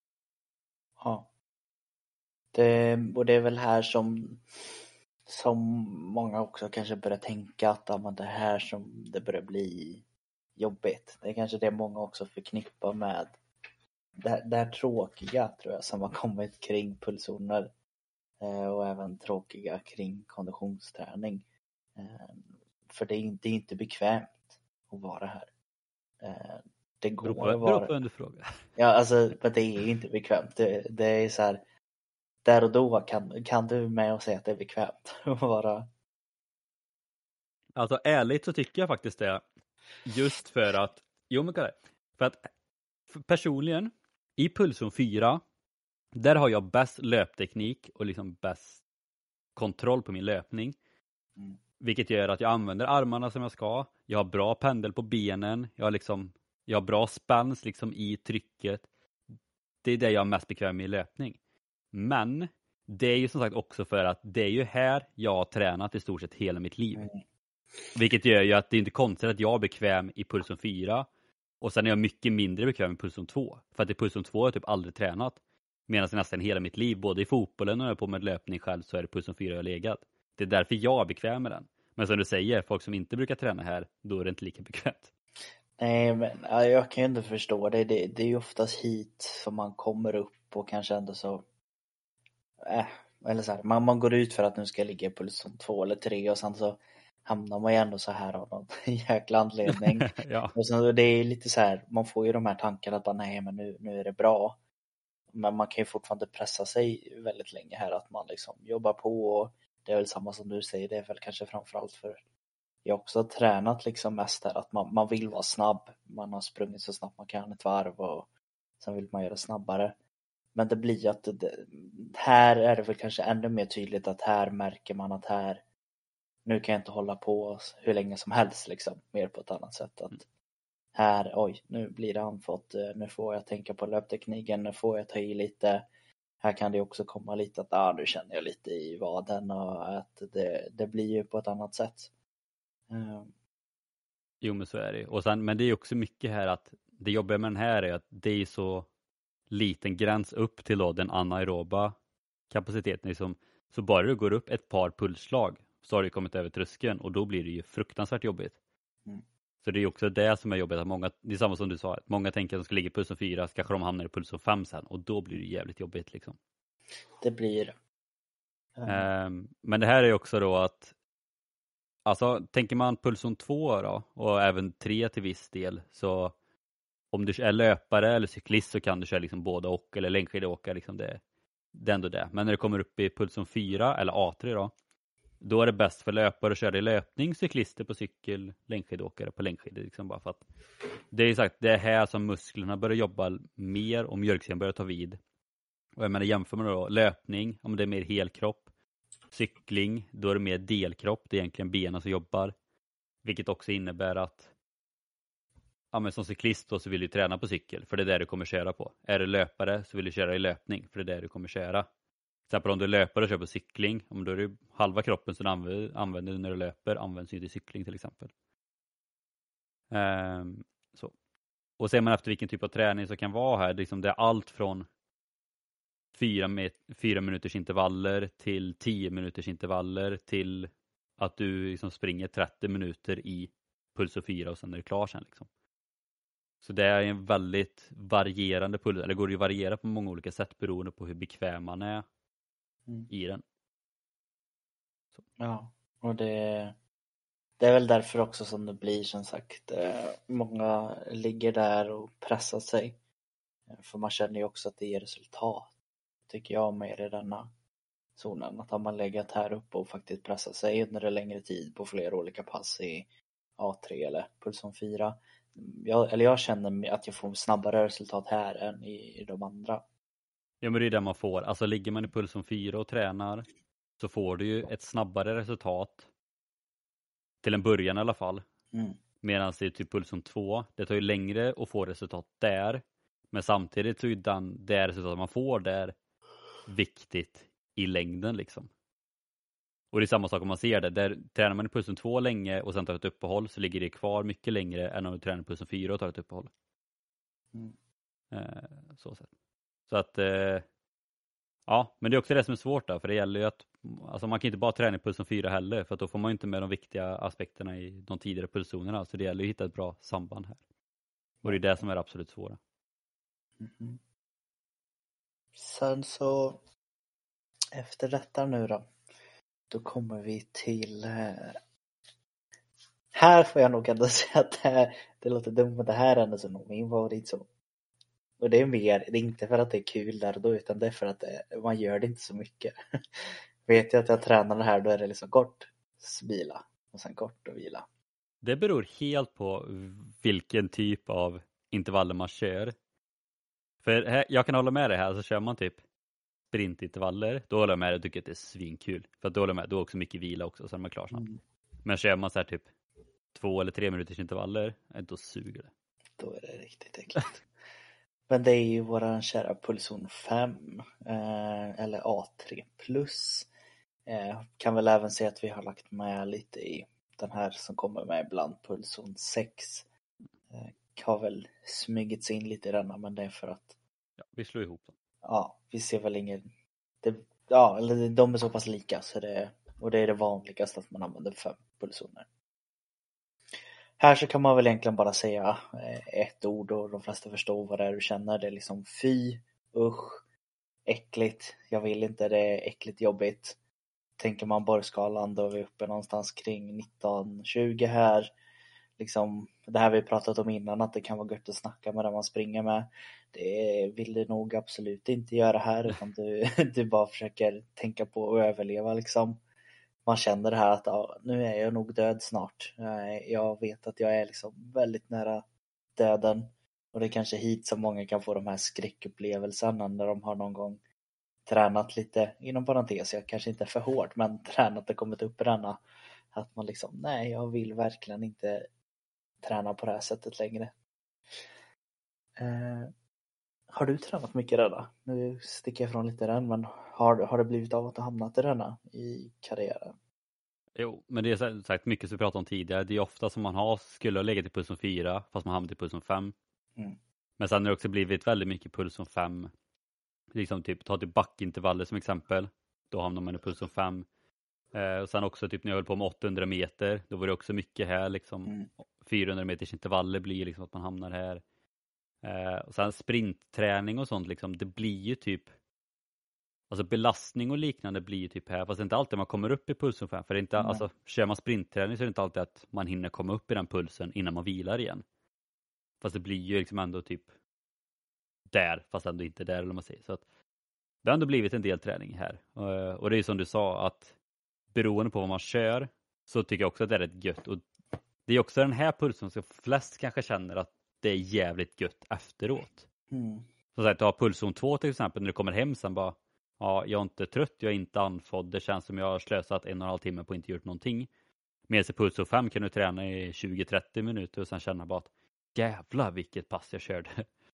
Ja. Det, och det är väl här som som många också kanske börjar tänka att ja, men det här som det börjar bli jobbigt. Det är kanske det många också förknippar med det här, det här tråkiga tror jag som har kommit kring pulszoner eh, och även tråkiga kring konditionsträning. Eh, för det är inte, inte bekvämt att vara här. Eh, det går Beror på, att beror vara... på vem du frågar. Ja, alltså men det är inte bekvämt. Det, det är så här, där och då kan, kan du med och säga att det är bekvämt att vara... Alltså ärligt så tycker jag faktiskt det. Just för att, jo men kolla, för att för personligen i pulszon fyra, där har jag bäst löpteknik och liksom bäst kontroll på min löpning. Mm. Vilket gör att jag använder armarna som jag ska. Jag har bra pendel på benen. Jag har, liksom, jag har bra spänst liksom i trycket. Det är det jag är mest bekväm med i löpning. Men det är ju som sagt också för att det är ju här jag har tränat i stort sett hela mitt liv. Mm. Vilket gör ju att det är inte konstigt att jag är bekväm i pulszon fyra. Och sen är jag mycket mindre bekväm i pulszon två. För att i pulszon två har jag typ aldrig tränat. Medan nästan hela mitt liv, både i fotbollen och jag är på med löpning själv, så är det pulszon fyra jag har legat. Det är därför jag är bekväm med den. Men som du säger, folk som inte brukar träna här, då är det inte lika bekvämt. Nej, men ja, jag kan ju inte förstå det. det. Det är ju oftast hit som man kommer upp och kanske ändå så... Äh, eller så här, man, man går ut för att nu ska jag ligga i pulszon två eller tre och sen så hamnar man ju ändå så här av någon jäkla anledning. Ja. Och sen det är lite så här, man får ju de här tankarna att bara, nej men nu, nu är det bra. Men man kan ju fortfarande pressa sig väldigt länge här, att man liksom jobbar på, och det är väl samma som du säger, det är väl kanske framförallt för jag också har tränat liksom mest här, att man, man vill vara snabb, man har sprungit så snabbt man kan ett varv och sen vill man göra snabbare. Men det blir att det, här är det väl kanske ännu mer tydligt att här märker man att här nu kan jag inte hålla på hur länge som helst liksom, mer på ett annat sätt. Att här, oj, nu blir det andfått, nu får jag tänka på löptekniken, nu får jag ta i lite. Här kan det också komma lite att ah, nu känner jag lite i vaden, och att det, det blir ju på ett annat sätt. Mm. Jo men så är det. Och sen, men det är också mycket här att det jobbiga med den här är att det är så liten gräns upp till då den anaeroba kapaciteten. Liksom, så bara du går upp ett par pulsslag så har du kommit över tröskeln, och då blir det ju fruktansvärt jobbigt. Mm. Så det är också det som är jobbigt. Att många, det är samma som du sa, att många tänker att de ska ligga i pulszon fyra, så kanske de hamnar i pulszon fem sen, och då blir det jävligt jobbigt. Liksom. Det blir mm. um, Men det här är också då att alltså tänker man pulszon två då, och även tre till viss del, så om du är löpare eller cyklist så kan du köra liksom båda och, eller längdskidåkare, liksom det, det är ändå det. Men när det kommer upp i pulszon fyra eller A tre då, då är det bäst för löpare att köra i löpning, cyklister på cykel, längdskidåkare på längdskidor. Liksom bara för att det är sagt, det är här som musklerna börjar jobba mer och mjölksyran börjar ta vid. Och jag menar, jämför man då löpning, om det är mer helkropp, cykling, då är det mer delkropp, det är egentligen benen som jobbar. Vilket också innebär att ja, men som cyklist då så vill du träna på cykel, för det är där du kommer köra på. Är du löpare så vill du köra i löpning, för det är där du kommer köra. Till exempel om du är löpare och kör på cykling, om då är det halva kroppen som du använder, använder när du löper, används ju till cykling till exempel. Um, så. Och ser man efter vilken typ av träning som kan vara här, liksom det är allt från fyra, met- fyra minuters intervaller till tio minuters intervaller till att du liksom springer trettio minuter i puls och fyra och sen är det klar sen. Liksom. Så det är en väldigt varierande puls, eller går det ju variera på många olika sätt beroende på hur bekväm man är mm. i den. Så. Ja, och det, det är väl därför också som det blir som sagt, många ligger där och pressar sig. För man känner ju också att det ger resultat, tycker jag, mer i denna zonen. Att har man legat här uppe och faktiskt pressat sig under en längre tid på flera olika pass i A tre eller pulszon fyra. Jag, eller jag känner att jag får snabbare resultat här än i, i de andra. Ja, men det är det man får. Alltså ligger man i pulszon fyra och tränar så får du ju ett snabbare resultat till en början i alla fall. Mm. Medan det är typ pulszon två, det tar ju längre att få resultat där. Men samtidigt så är den, det resultat man får där viktigt i längden liksom. Och det är samma sak om man ser det. Där tränar man i pulsen två länge och sen tar ett uppehåll så ligger det kvar mycket längre än om du tränar i pulsen fyra och tar ett uppehåll. Mm. Eh, så, sätt. så att eh, ja, men det är också det som är svårt då, för det gäller ju att alltså man kan inte bara träna i pulsen fyra heller, för att då får man ju inte med de viktiga aspekterna i de tidigare pulszonerna, så det gäller ju att hitta ett bra samband här. Och det är det som är absolut svåra. Mm. Sen så efter detta nu då, då kommer vi till eh, här får jag nog ändå säga att det, här, det låter dumt, men det här är ändå så nog min favorit så. Och det är mer, det är inte för att det är kul där och då, utan det är för att det, man gör det inte så mycket. Vet jag att jag tränar det här, då är det liksom kort, vila och sen kort och vila. Det beror helt på vilken typ av intervaller man kör. För här, jag kan hålla med dig här, så kör man typ sprintintervaller, då håller jag med dig och tycker att det är svinkul. För att då håller jag med, då är också mycket vila också, så är man klar snabbt. Mm. Men kör man så här typ två eller tre minuters intervaller, då suger det. Då är det riktigt äckligt. Men det är ju våran kära pulszon fem, eh, eller A tre plus. Eh, kan väl även säga att vi har lagt med lite i den här som kommer med ibland, pulszon sex. Eh, har väl smygits in lite i denna, men det är för att ja, vi slår ihop dem. Ja, vi ser väl ingen det, ja, eller de är så pass lika så det, och det är det vanligaste att man använder fem pulszoner. Här så kan man väl egentligen bara säga ett ord och de flesta förstår vad det är du känner. Det är liksom fy, usch, äckligt, jag vill inte, det är äckligt jobbigt. Tänker man borrskalan, då är vi uppe någonstans kring nitton tjugo här. Liksom, det här vi pratat om innan, att det kan vara gött att snacka med den man springer med. Det vill du nog absolut inte göra här, utan du, du bara försöker tänka på att överleva liksom. Man känner det här att ja, nu är jag nog död snart. Jag vet att jag är liksom väldigt nära döden. Och det är kanske hit som många kan få de här skräckupplevelserna när de har någon gång tränat lite, inom parentes, jag kanske inte är för hårt, men tränat och kommit upp i denna. Att man liksom, nej, jag vill verkligen inte träna på det här sättet längre. Eh, har du tränat mycket denna? Nu sticker jag från lite den, men har, har det blivit av att du hamnat i denna i karriären? Jo, men det är sagt mycket som vi pratade om tidigare. Det är ofta som man har skulle ha legat i pulsen fyra, fast man hamnat i pulsen fem. Mm. Men sen har det också blivit väldigt mycket pulsen fem. Liksom typ, ta till backintervaller som exempel. Då hamnar man i pulsen fem. Eh, och sen också typ när jag höll på med åttahundra meter, då var det också mycket här liksom. Mm. fyrahundra meters intervaller blir liksom att man hamnar här. Eh, och sen sprintträning och sånt liksom, det blir ju typ alltså belastning och liknande blir ju typ här, fast det är inte alltid man kommer upp i pulsen fem, för det är inte, mm. alltså kör man sprintträning så är det inte alltid att man hinner komma upp i den pulsen innan man vilar igen. Fast det blir ju liksom ändå typ där, fast ändå inte där eller vad man säger. Så att det har ändå blivit en del träning här. Och, och det är ju som du sa, att beroende på vad man kör så tycker jag också att det är rätt gött. Och det är också den här pulsen som flest kanske känner att det är jävligt gött efteråt. Mm. Så att ta pulszon två till exempel, när du kommer hem sen bara, ja, jag är inte trött, jag är inte andfådd, det känns som jag har slösat en och en halv timme på att inte gjort någonting. Med sig pulszon fem kan du träna i tjugo till trettio minuter och sen känna bara att jävlar vilket pass jag körde.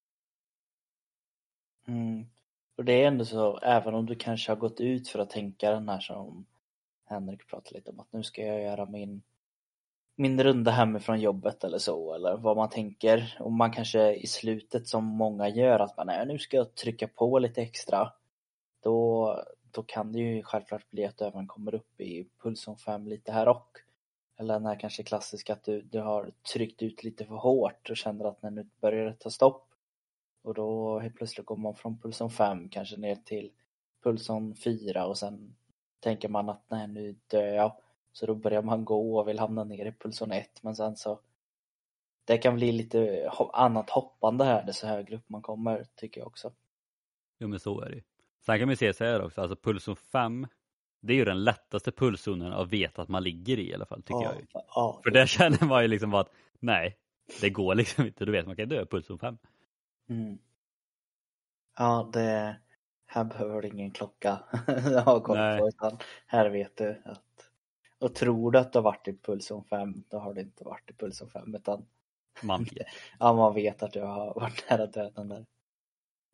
Mm. Och det är ändå så, även om du kanske har gått ut för att tänka den här som Henrik pratade lite om, att nu ska jag göra min min runda hemifrån jobbet eller så, eller vad man tänker. Och man kanske i slutet, som många gör, att man är, nu ska jag trycka på lite extra. Då, då kan det ju självklart bli att du även kommer upp i pulszon fem lite här och. Eller den här kanske klassiska att du, du har tryckt ut lite för hårt och känner att när nu börjar det ta stopp. Och då helt plötsligt går man från pulszon fem kanske ner till pulszon fyra och sen tänker man att nej, nu dör jag. Så då börjar man gå och vill hamna ner i pulszon ett. Men sen så det kan bli lite annat hoppande här, desto högre upp man kommer, tycker jag också. Jo, men så är det. Sen kan man se så här också, alltså pulszon fem, det är ju den lättaste pulszonen att veta att man ligger i i alla fall, tycker ja, jag ju. Ja, för där känner man ju liksom bara att nej, det går liksom inte, då vet man kan dö pulszon fem. Mm. Ja, det här behöver ingen klocka ha koll på, utan här vet du att, och tror du att du har varit i pulszon fem, då har du inte varit i pulszon fem, utan man vet. Ja, man vet att du har varit nära döden där.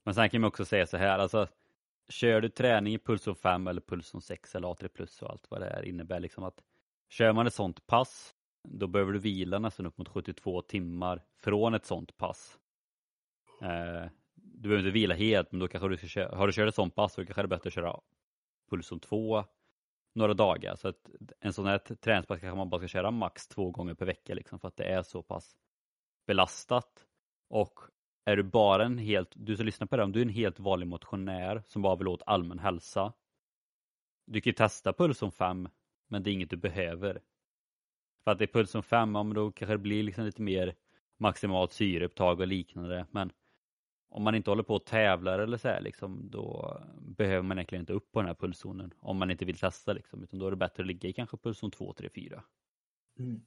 Men sen kan man också säga så här, alltså kör du träning i pulszon fem eller pulszon sex eller A tre plus och allt vad det är innebär liksom att kör man ett sånt pass, då behöver du vila nästan upp mot sjuttiotvå timmar från ett sånt pass. Eh, du behöver inte vila helt, men då kanske du ska köra, har du kört ett sånt pass så kanske det är bättre att köra pulszon två några dagar. Så att en sån här träningspass kanske man bara ska köra max två gånger per vecka liksom, för att det är så pass belastat. Och är du bara en helt, du som lyssnar på det, om du är en helt vanlig motionär som bara vill åt allmän hälsa. Du kan ju testa pulszon fem, men det är inget du behöver. För att det är pulszon fem, ja, men då kanske det blir liksom lite mer maximalt syreupptag och liknande. Men om man inte håller på att tävlar eller så här, liksom, då behöver man egentligen inte upp på den här pulszonen. Om man inte vill testa liksom, utan då är det bättre att ligga i kanske pulszon två, tre, fyra. Mm.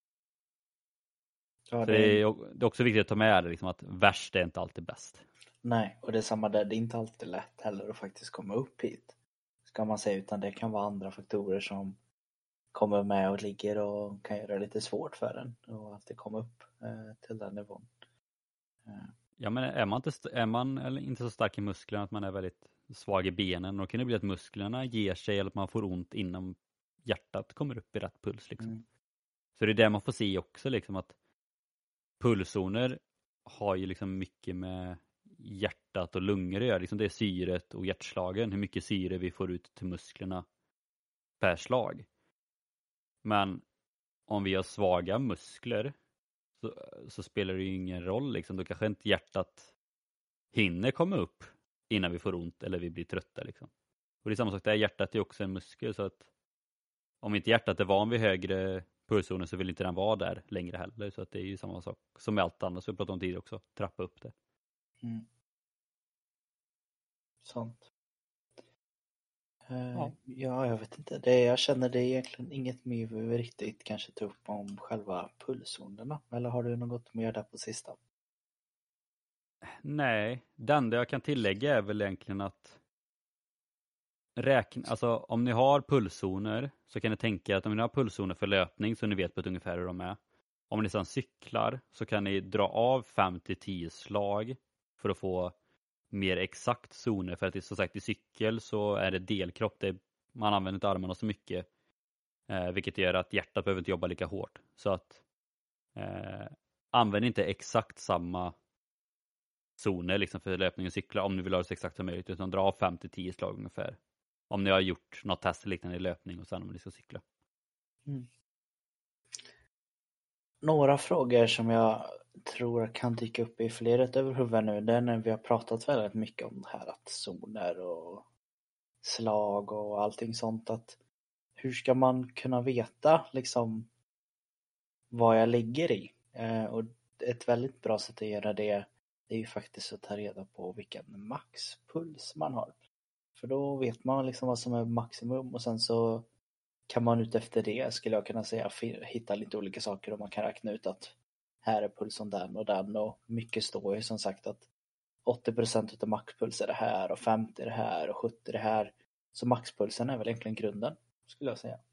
Ja, Så det... det, är, det är också viktigt att ta med det, liksom, att värst är inte alltid bäst. Nej, och det är samma där. Det är inte alltid lätt heller att faktiskt komma upp hit. Ska man säga, utan det kan vara andra faktorer som kommer med och ligger och kan göra det lite svårt för en och alltid komma upp eh, till den nivån. Eh. Ja, men är man, inte, är man eller inte så stark i musklerna att man är väldigt svag i benen, då kan det bli att musklerna ger sig eller att man får ont innan hjärtat kommer upp i rätt puls. Liksom. Mm. Så det är det man får se också, liksom, att pulszoner har ju liksom mycket med hjärtat och lungor att göra. Liksom det är syret och hjärtslagen, hur mycket syre vi får ut till musklerna per slag. Men om vi har svaga muskler så, så spelar det ju ingen roll. Liksom. Då kanske inte hjärtat hinner komma upp innan vi får ont eller vi blir trötta. Liksom. Och det är samma sak där, hjärtat är också en muskel, så att om inte hjärtat är van vid högre pulszoner så vill inte den vara där längre heller. Så att det är ju samma sak som med allt annat som vi pratade om tidigare också. Trappa upp det. Mm. Sant. Uh, ja. ja, jag vet inte. Det, jag känner det är egentligen inget mer vi riktigt kanske ta upp om själva pulszonerna. Eller har du något mer där på sista? Nej, det enda jag kan tillägga är väl egentligen att räkna, alltså om ni har pulszoner så kan ni tänka att om ni har pulszoner för löpning så ni vet på ett ungefär hur de är. Om ni sedan cyklar så kan ni dra av fem till tio slag för att få mer exakt zoner, för att som sagt i cykel så är det delkropp, det är, man använder inte armarna så mycket, eh, vilket gör att hjärtat behöver inte jobba lika hårt. Så att eh, använd inte exakt samma zoner liksom för löpning och cykla om ni vill ha det så exakt som möjligt, utan dra av fem till tio slag ungefär. Om ni har gjort något test liknande i löpning och sen om ni ska cykla. Mm. Några frågor som jag tror kan dyka upp i fler över huvudet nu, det är när vi har pratat väldigt mycket om det här att zoner och slag och allting sånt, att hur ska man kunna veta liksom vad jag ligger i? Eh, och ett väldigt bra sätt att göra det, det är ju faktiskt att ta reda på vilken maxpuls man har. För då vet man liksom vad som är maximum, och sen så kan man ut efter det, skulle jag kunna säga, hitta lite olika saker, och man kan räkna ut att här är pulsen den och den, och mycket står ju som sagt att åttio procent av maxpuls är det här och femtio är det här och sjuttio är det här. Så maxpulsen är väl egentligen grunden, skulle jag säga.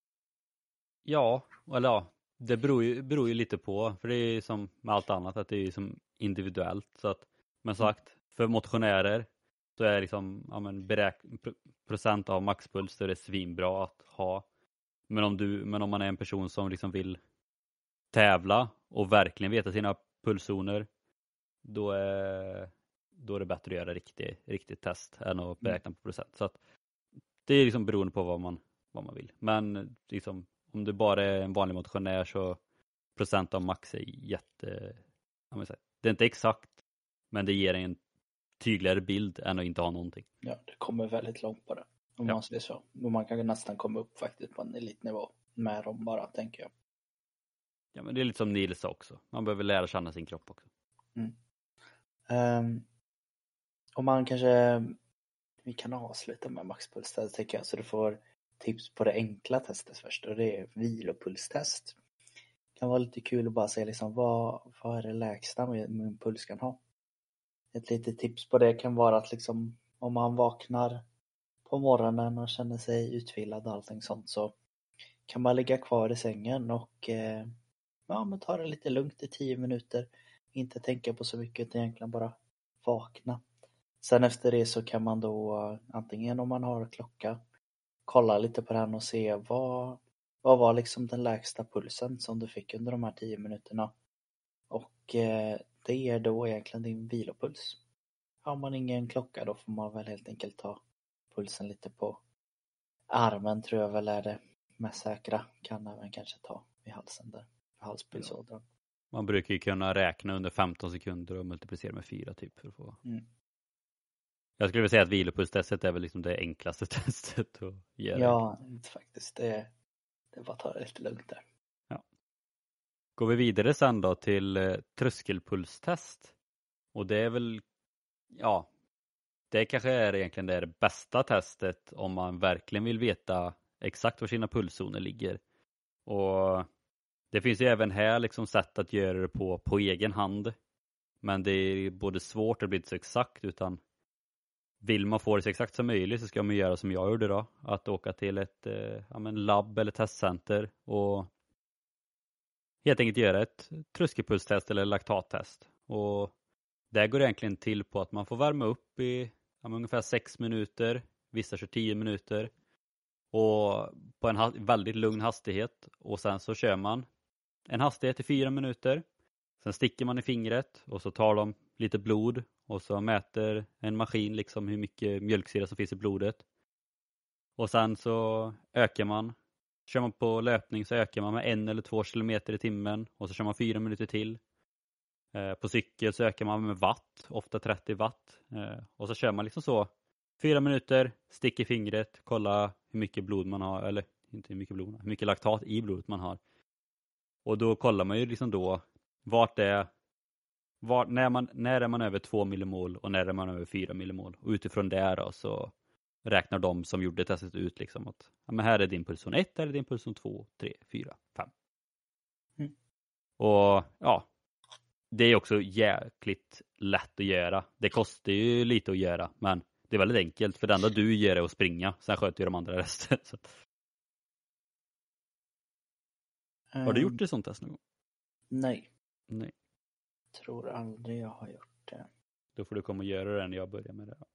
Ja, eller ja, det beror ju, beror ju lite på, för det är som med allt annat att det är som individuellt. Så att, men sagt, för motionärer så är liksom, ja, men beräk- procent av maxpuls, så är det svinbra att ha. Men om, du, men om man är en person som liksom vill tävla och verkligen veta sina pulszoner, då är, då är det bättre att göra riktigt, riktigt test än att beräkna på procent. Så att det är liksom beroende på vad man, vad man vill. Men liksom, om du bara är en vanlig motionär så procent av max är jätte... Det är inte exakt, men det ger en tydligare bild än att inte ha någonting. Ja, det kommer väldigt långt på det. Om ja. man säger så. Och man kan nästan komma upp faktiskt på en elitnivå med dem bara, tänker jag. Ja, men det är lite som Nils också. Man behöver lära känna sin kropp också. Mm. Um, och man kanske... Vi kan avsluta med maxpulstest, tycker jag. Så du får tips på det enkla testet först. Och det är vilopulstest. Det kan vara lite kul att bara säga liksom, vad, vad är det lägsta min puls kan ha. Ett litet tips på det kan vara att liksom, om man vaknar på morgonen och känner sig utvilad och allting sånt, så kan man ligga kvar i sängen och eh, ja, men ta det lite lugnt i tio minuter. Inte tänka på så mycket, utan egentligen bara vakna. Sen efter det så kan man då antingen om man har klocka kolla lite på den och se vad, vad var liksom den lägsta pulsen som du fick under de här tio minuterna. Och eh, det är då egentligen din vilopuls. Har man ingen klocka då får man väl helt enkelt ta pulsen lite på armen, tror jag väl är det mest säkra. Kan även kanske ta i halsen där, halspulsådran. Ja. Man brukar ju kunna räkna under femton sekunder och multiplicera med fyra typ för att få. Mm. Jag skulle vilja säga att vilopulstestet är väl liksom det enklaste testet att göra. Ja, faktiskt. Det, det bara tar det lite lugnt där. Ja. Går vi vidare sen då till eh, tröskelpulstest. Och det är väl, ja, det kanske är egentligen det bästa testet om man verkligen vill veta exakt var sina pulszoner ligger. Och det finns ju även här liksom sätt att göra det på på egen hand. Men det är både svårt och blir inte så exakt, utan vill man få det så exakt som möjligt så ska man göra som jag gjorde då. Att åka till ett eh, ja, men labb eller testcenter och helt enkelt göra ett tröskelpulstest eller laktattest. Och det går egentligen till på att man får värma upp i ja, ungefär sex minuter. Vissa kör tio minuter. Och på en ha- väldigt lugn hastighet. Och sen så kör man en hastighet i fyra minuter. Sen sticker man i fingret och så tar de lite blod. Och så mäter en maskin liksom hur mycket mjölksyra som finns i blodet. Och sen så ökar man. Kör man på löpning så ökar man med en eller två kilometer i timmen. Och så kör man fyra minuter till. Eh, på cykel så ökar man med watt. Ofta trettio watt. Eh, och så kör man liksom så. Fyra minuter, stick i fingret. Kolla hur mycket blod man har. Eller inte hur mycket blod. Hur mycket laktat i blodet man har. Och då kollar man ju liksom då. Vart det är. Var, när, man, när är man över två millimol och när är man över fyra millimol. Och utifrån det då så räknar de som gjorde testet ut liksom att ja, men här är din pulszon ett, här är din pulszon två, tre, fyra, fem. Mm. Och ja, det är också jäkligt lätt att göra. Det kostar ju lite att göra, men det är väldigt enkelt. För det enda du gör är att springa, sen sköter ju de andra resten. Så. Um, har du gjort ett sånt test någon gång? Nej. Nej. Tror aldrig jag har gjort det. Då får du komma och göra det när jag börjar med det.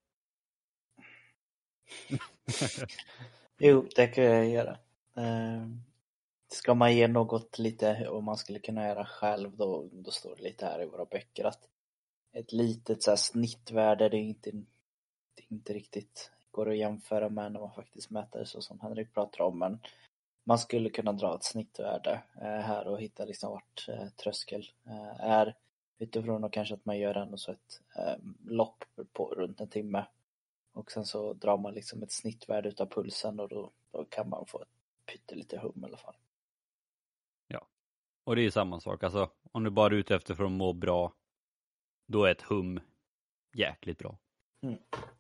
Jo, det kan jag göra. Uh, ska man ge något lite, om man skulle kunna göra själv, då, då står det lite här i våra böcker att ett litet så här, snittvärde, det är inte, det är inte riktigt går att jämföra med när man faktiskt mäter så som Henrik pratar om, men man skulle kunna dra ett snittvärde uh, här och hitta liksom vart uh, tröskel uh, är. Utifrån och kanske att man gör ändå så ett eh, lopp på runt en timme. Och sen så drar man liksom ett snittvärde utav pulsen och då, då kan man få ett pyttelite hum i alla fall. Ja, och det är ju samma sak. Alltså, om du bara är ute efter för att må bra, då är ett hum jäkligt bra. Mm.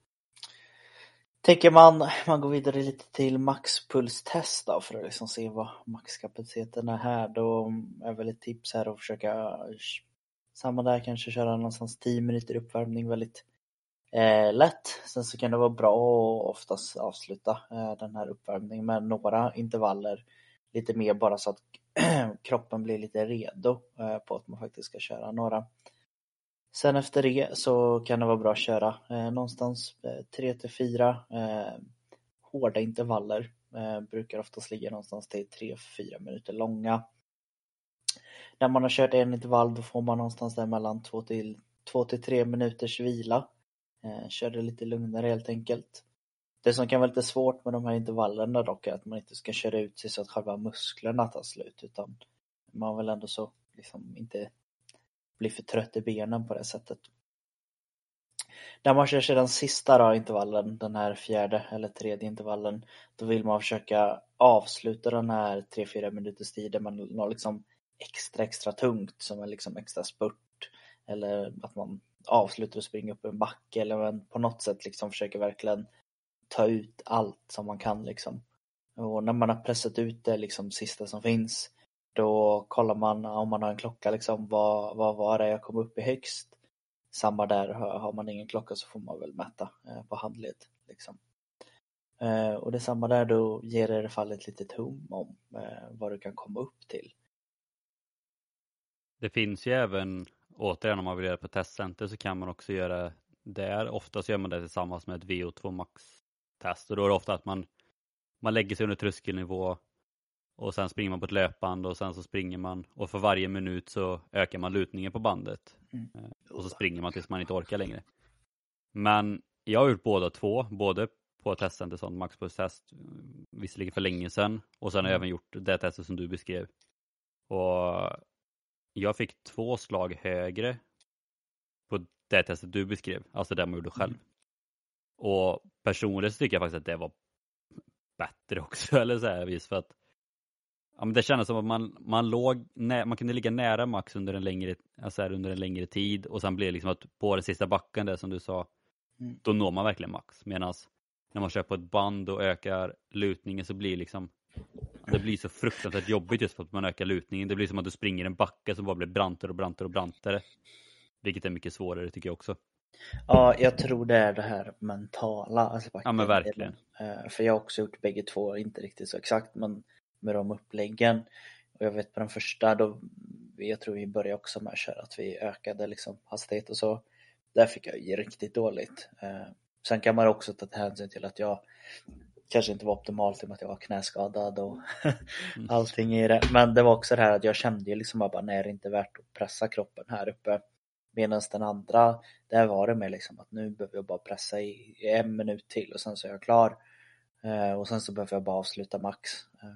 Tänker man, man går vidare lite till maxpulstest då för att liksom se vad maxkapaciteten är här. Då är väl ett tips här att försöka samma där, kanske köra någonstans tio minuter uppvärmning väldigt eh, lätt. Sen så kan det vara bra att oftast avsluta eh, den här uppvärmningen med några intervaller. Lite mer bara så att kroppen blir lite redo eh, på att man faktiskt ska köra några. Sen efter det så kan det vara bra att köra eh, någonstans eh, tre till fyra eh, hårda intervaller. Eh, brukar oftast ligga någonstans till tre till fyra minuter långa. När man har kört en intervall då får man någonstans där mellan två till tre minuters vila. Eh, kör det lite lugnare helt enkelt. Det som kan vara lite svårt med de här intervallerna dock är att man inte ska köra ut sig så att själva musklerna tar slut. Utan man vill ändå så liksom inte bli för trött i benen på det sättet. När man kör den sista då, intervallen, den här fjärde eller tredje intervallen, då vill man försöka avsluta den här tre till fyra minuters tiden med något liksom extra extra tungt som en liksom extra spurt, eller att man avslutar och springer upp en backe, eller man på något sätt liksom försöker verkligen ta ut allt som man kan liksom. Och när man har pressat ut det liksom sista som finns, då kollar man om man har en klocka liksom, vad, vad var det jag kom upp i högst. Samma där, har man ingen klocka så får man väl mäta eh, på handled liksom. Eh, och det samma där, då ger det i alla fall ett litet hum om eh, vad du kan komma upp till. Det finns ju även, återigen om man vill göra på testcenter så kan man också göra där oftast gör man det tillsammans med ett V O två max-test. Och då är det ofta att man, man lägger sig under tröskelnivå och sen springer man på ett löpband och sen så springer man och för varje minut så ökar man lutningen på bandet. Mm. Och så springer man tills man inte orkar längre. Men jag har gjort båda två, både på testen sån maxpulstest visserligen för länge sedan och sen har jag även gjort det testet som du beskrev. Och jag fick två slag högre på det testet du beskrev, alltså det man gjorde själv. Mm. Och personligen så tycker jag faktiskt att det var bättre också, eller så här, vis för att ja, men det kändes som att man, man låg nä- man kunde ligga nära max under en längre alltså här, under en längre tid och sen blev det liksom att på den sista backen där som du sa mm. då når man verkligen max, medan när man kör på ett band och ökar lutningen så blir liksom det blir så fruktansvärt jobbigt just för att man ökar lutningen. Det blir som att du springer en backe som bara blir brantare och brantare och brantare. Vilket är mycket svårare tycker jag också. Ja, jag tror det är det här mentala aspekten. Ja, men verkligen. För jag har också gjort bägge två, inte riktigt så exakt, men med de uppläggen. Och jag vet på den första, då, jag tror vi började också med att köra att vi ökade liksom hastighet och så. Där fick jag ju riktigt dåligt. Sen kan man också ta hänsyn till att jag kanske inte var optimalt i och med att jag var knäskadad och mm. allting i det. Men det var också det här att jag kände ju liksom bara, nej, det är inte värt att pressa kroppen här uppe. Medan den andra, där var det med liksom att nu behöver jag bara pressa i en minut till och sen så är jag klar. Eh, och sen så behöver jag bara avsluta max. Eh.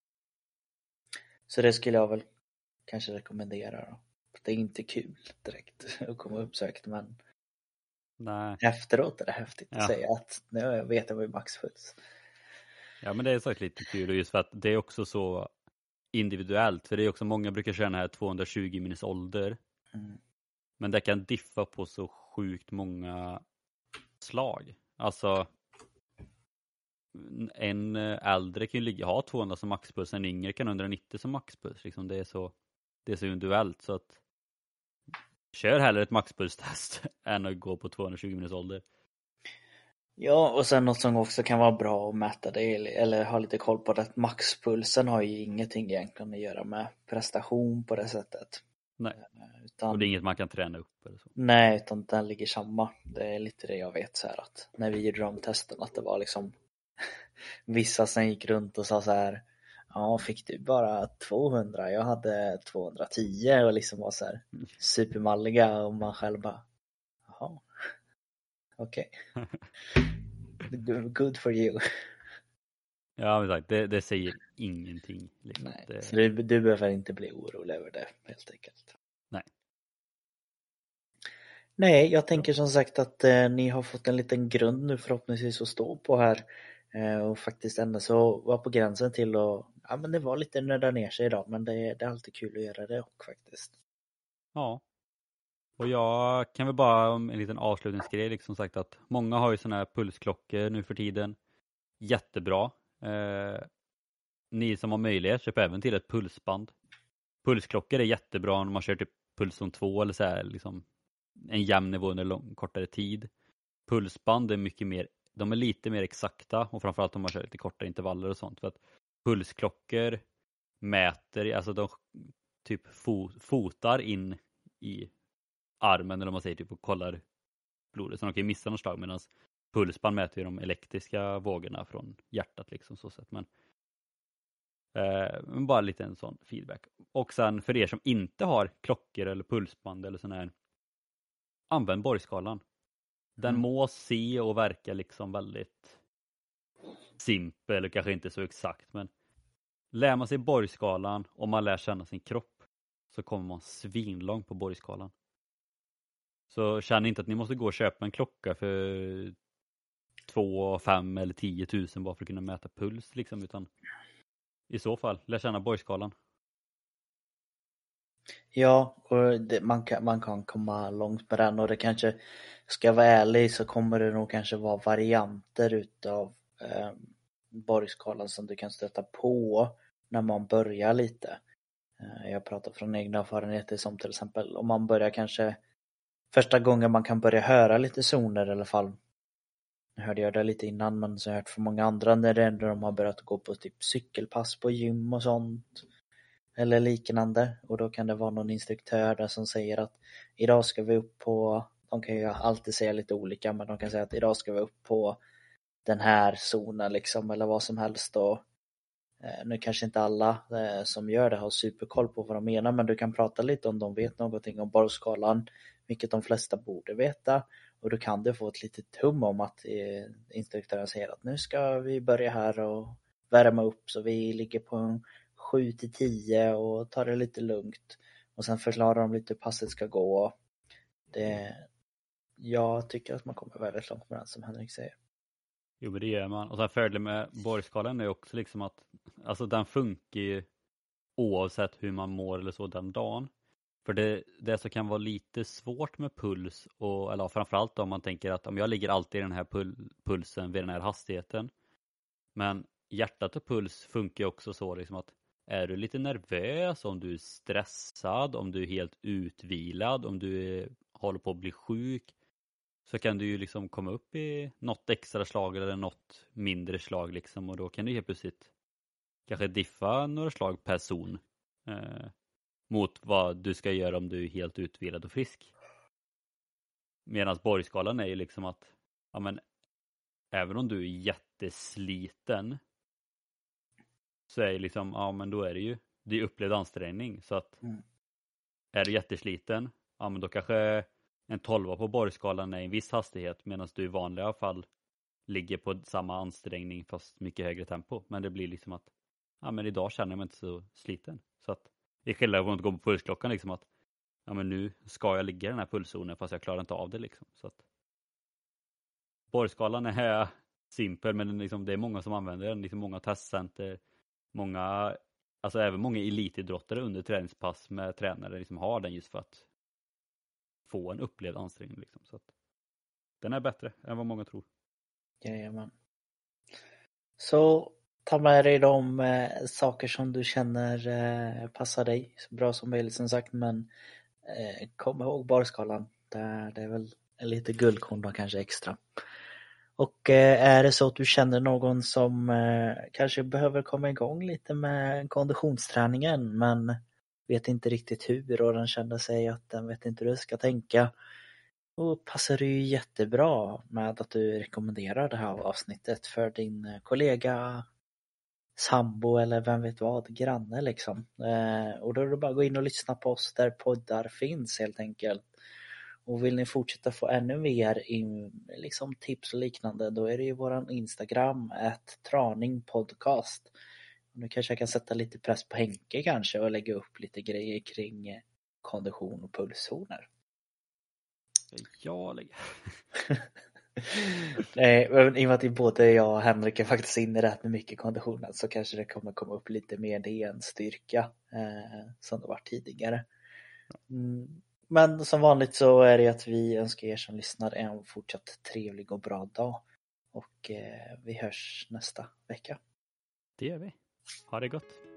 Så det skulle jag väl kanske rekommendera då. Det är inte kul direkt att komma upp så högt, men nej. Efteråt är det häftigt ja. Att säga att nu jag vet jag vad maxpuls. Ja, men det är sagt lite kul just för att det är också så individuellt. För det är också många brukar känna här tvåhundratjugo minus ålder. Mm. Men det kan diffa på så sjukt många slag. Alltså en äldre kan ju ligga, ha tvåhundra som maxpuls, en yngre kan ha hundranittio som maxpuls. Liksom det är så det är så individuellt så att kör hellre ett maxpulstest än att gå på tvåhundratjugo minus ålder. Ja, och sen något som också kan vara bra att mäta det eller ha lite koll på det, att maxpulsen har ju ingenting egentligen att göra med prestation på det sättet. Nej, utan, och det är inget man kan träna upp eller så. Nej, utan den ligger samma. Det är lite det jag vet så här att när vi gjorde de testen att det var liksom vissa som gick runt och sa så här, ja, fick du bara tvåhundra? Jag hade tvåhundratio och liksom var så här supermalliga och man själv bara, jaha, okej. Okay. Good for you. Ja, men sagt, det, det säger ingenting. Liksom. Nej, det... så du, du behöver inte bli orolig över det helt enkelt. Nej. Nej, jag tänker som sagt att eh, ni har fått en liten grund nu förhoppningsvis att stå på här. Eh, och faktiskt ändå så var på gränsen till och ja, men det var lite nöda ner sig idag, men det, det är alltid kul att göra det och faktiskt. Ja. Och jag kan väl bara en liten avslutningsgrej liksom sagt att många har ju såna här pulsklockor nu för tiden. Jättebra. Eh, ni som har möjlighet, köp även till ett pulsband. Pulsklockor är jättebra när man kör typ pulszon två eller så här liksom en jämn nivå under lång, kortare tid. Pulsband är mycket mer, de är lite mer exakta och framförallt om man kör lite kortare intervaller och sånt. För att pulsklockor mäter, alltså de typ fo- fotar in i armen eller om man säger typ och kollar blodet så de kan missa något slag, medan pulsband mäter ju de elektriska vågorna från hjärtat liksom så sätt. Men, eh, men bara lite en sån feedback. Och sen för er som inte har klockor eller pulsband eller sån här, använd borgskalan. Den mm. må se och verka liksom väldigt simpel och kanske inte så exakt, men lär man sig borgskalan och man lär känna sin kropp så kommer man svinlångt på borgskalan. Så känn inte att ni måste gå och köpa en klocka för två, fem eller tio tusen bara för att kunna mäta puls liksom, utan i så fall lär känna borgskalan. Ja, och det, man, kan, man kan komma långt med den och det kanske, ska jag vara ärlig så kommer det nog kanske vara varianter utav eh, borgskalan som du kan stöta på när man börjar lite. Eh, jag pratar från egna erfarenheter som till exempel om man börjar kanske första gången man kan börja höra lite zoner i alla fall. Nu hörde jag det lite innan men så har jag hört för många andra när det ändå de har börjat gå på typ cykelpass på gym och sånt. Eller liknande. Och då kan det vara någon instruktör där som säger att idag ska vi upp på de kan ju alltid säga lite olika, men de kan säga att idag ska vi upp på den här zonen liksom, eller vad som helst. Och eh, nu kanske inte alla eh, som gör det har superkoll på vad de menar, men du kan prata lite om de vet någonting om borrskalan, vilket de flesta borde veta. Och då kan du få ett litet hum om att eh, instruktören säger att nu ska vi börja här och värma upp, så vi ligger på en sju till tio och tar det lite lugnt. Och sen förklarar de lite hur passet ska gå. Det, jag tycker att man kommer väldigt långt med den, som Henrik säger. Jo, men det gör man. Och sen fördelen med borgskalan är också liksom att alltså den funkar ju oavsett hur man mår eller så den dagen. För det, det som kan vara lite svårt med puls, och, eller framförallt om man tänker att om jag ligger alltid i den här pul, pulsen vid den här hastigheten. Men hjärtat och puls funkar ju också så liksom att är du lite nervös, om du är stressad, om du är helt utvilad, om du är, håller på att bli sjuk, så kan du ju liksom komma upp i något extra slag eller något mindre slag liksom, och då kan du helt plötsligt kanske diffa några slag per zon eh, mot vad du ska göra om du är helt utvilad och frisk. Medan borgskalan är ju liksom att ja, men även om du är jättesliten så är det liksom, ja men då är det ju det är upplevd ansträngning, så att Mm. är du jättesliten, ja men då kanske en tolva på borgskalan är en viss hastighet, medan du i vanliga fall ligger på samma ansträngning fast mycket högre tempo. Men det blir liksom att ja men idag känner jag mig inte så sliten. Så att det är skillnad från att gå på pulsklockan liksom att ja men nu ska jag ligga i den här pulszonen fast jag klarar inte av det liksom. Så att borgskalan är simpel, men liksom, det är många som använder den. Liksom många testcenter, många, alltså även många elitidrottare under träningspass med tränare liksom har den just för att få en upplevd ansträngning liksom. Så att den är bättre än vad många tror. Jajamän. Så ta med dig de eh, saker som du känner eh, passar dig så bra som möjligt, som sagt, men eh, kom ihåg barskalan. Där det är väl lite guldkorn då, kanske extra. Och eh, är det så att du känner någon som eh, kanske behöver komma igång lite med konditionsträningen, men vet inte riktigt hur, och den känner sig att den vet inte hur den ska tänka, och passar det ju jättebra med att du rekommenderar det här avsnittet för din kollega, sambo eller vem vet vad, granne liksom. Eh, och då är det bara att gå in och lyssna på oss där poddar finns helt enkelt. Och vill ni fortsätta få ännu mer in, liksom tips och liknande, då är det ju våran Instagram at traningpodcast. Nu kanske jag kan sätta lite press på Henke kanske och lägga upp lite grejer kring kondition och pulszoner. Ja, lägg. Nej, men i och med att både jag och Henrik är faktiskt inne rätt med mycket konditionen, så kanske det kommer komma upp lite mer det än styrka eh, som det var tidigare. Mm. Men som vanligt så är det att vi önskar er som lyssnar en fortsatt trevlig och bra dag. Och eh, vi hörs nästa vecka. Det gör vi. Ha det gott.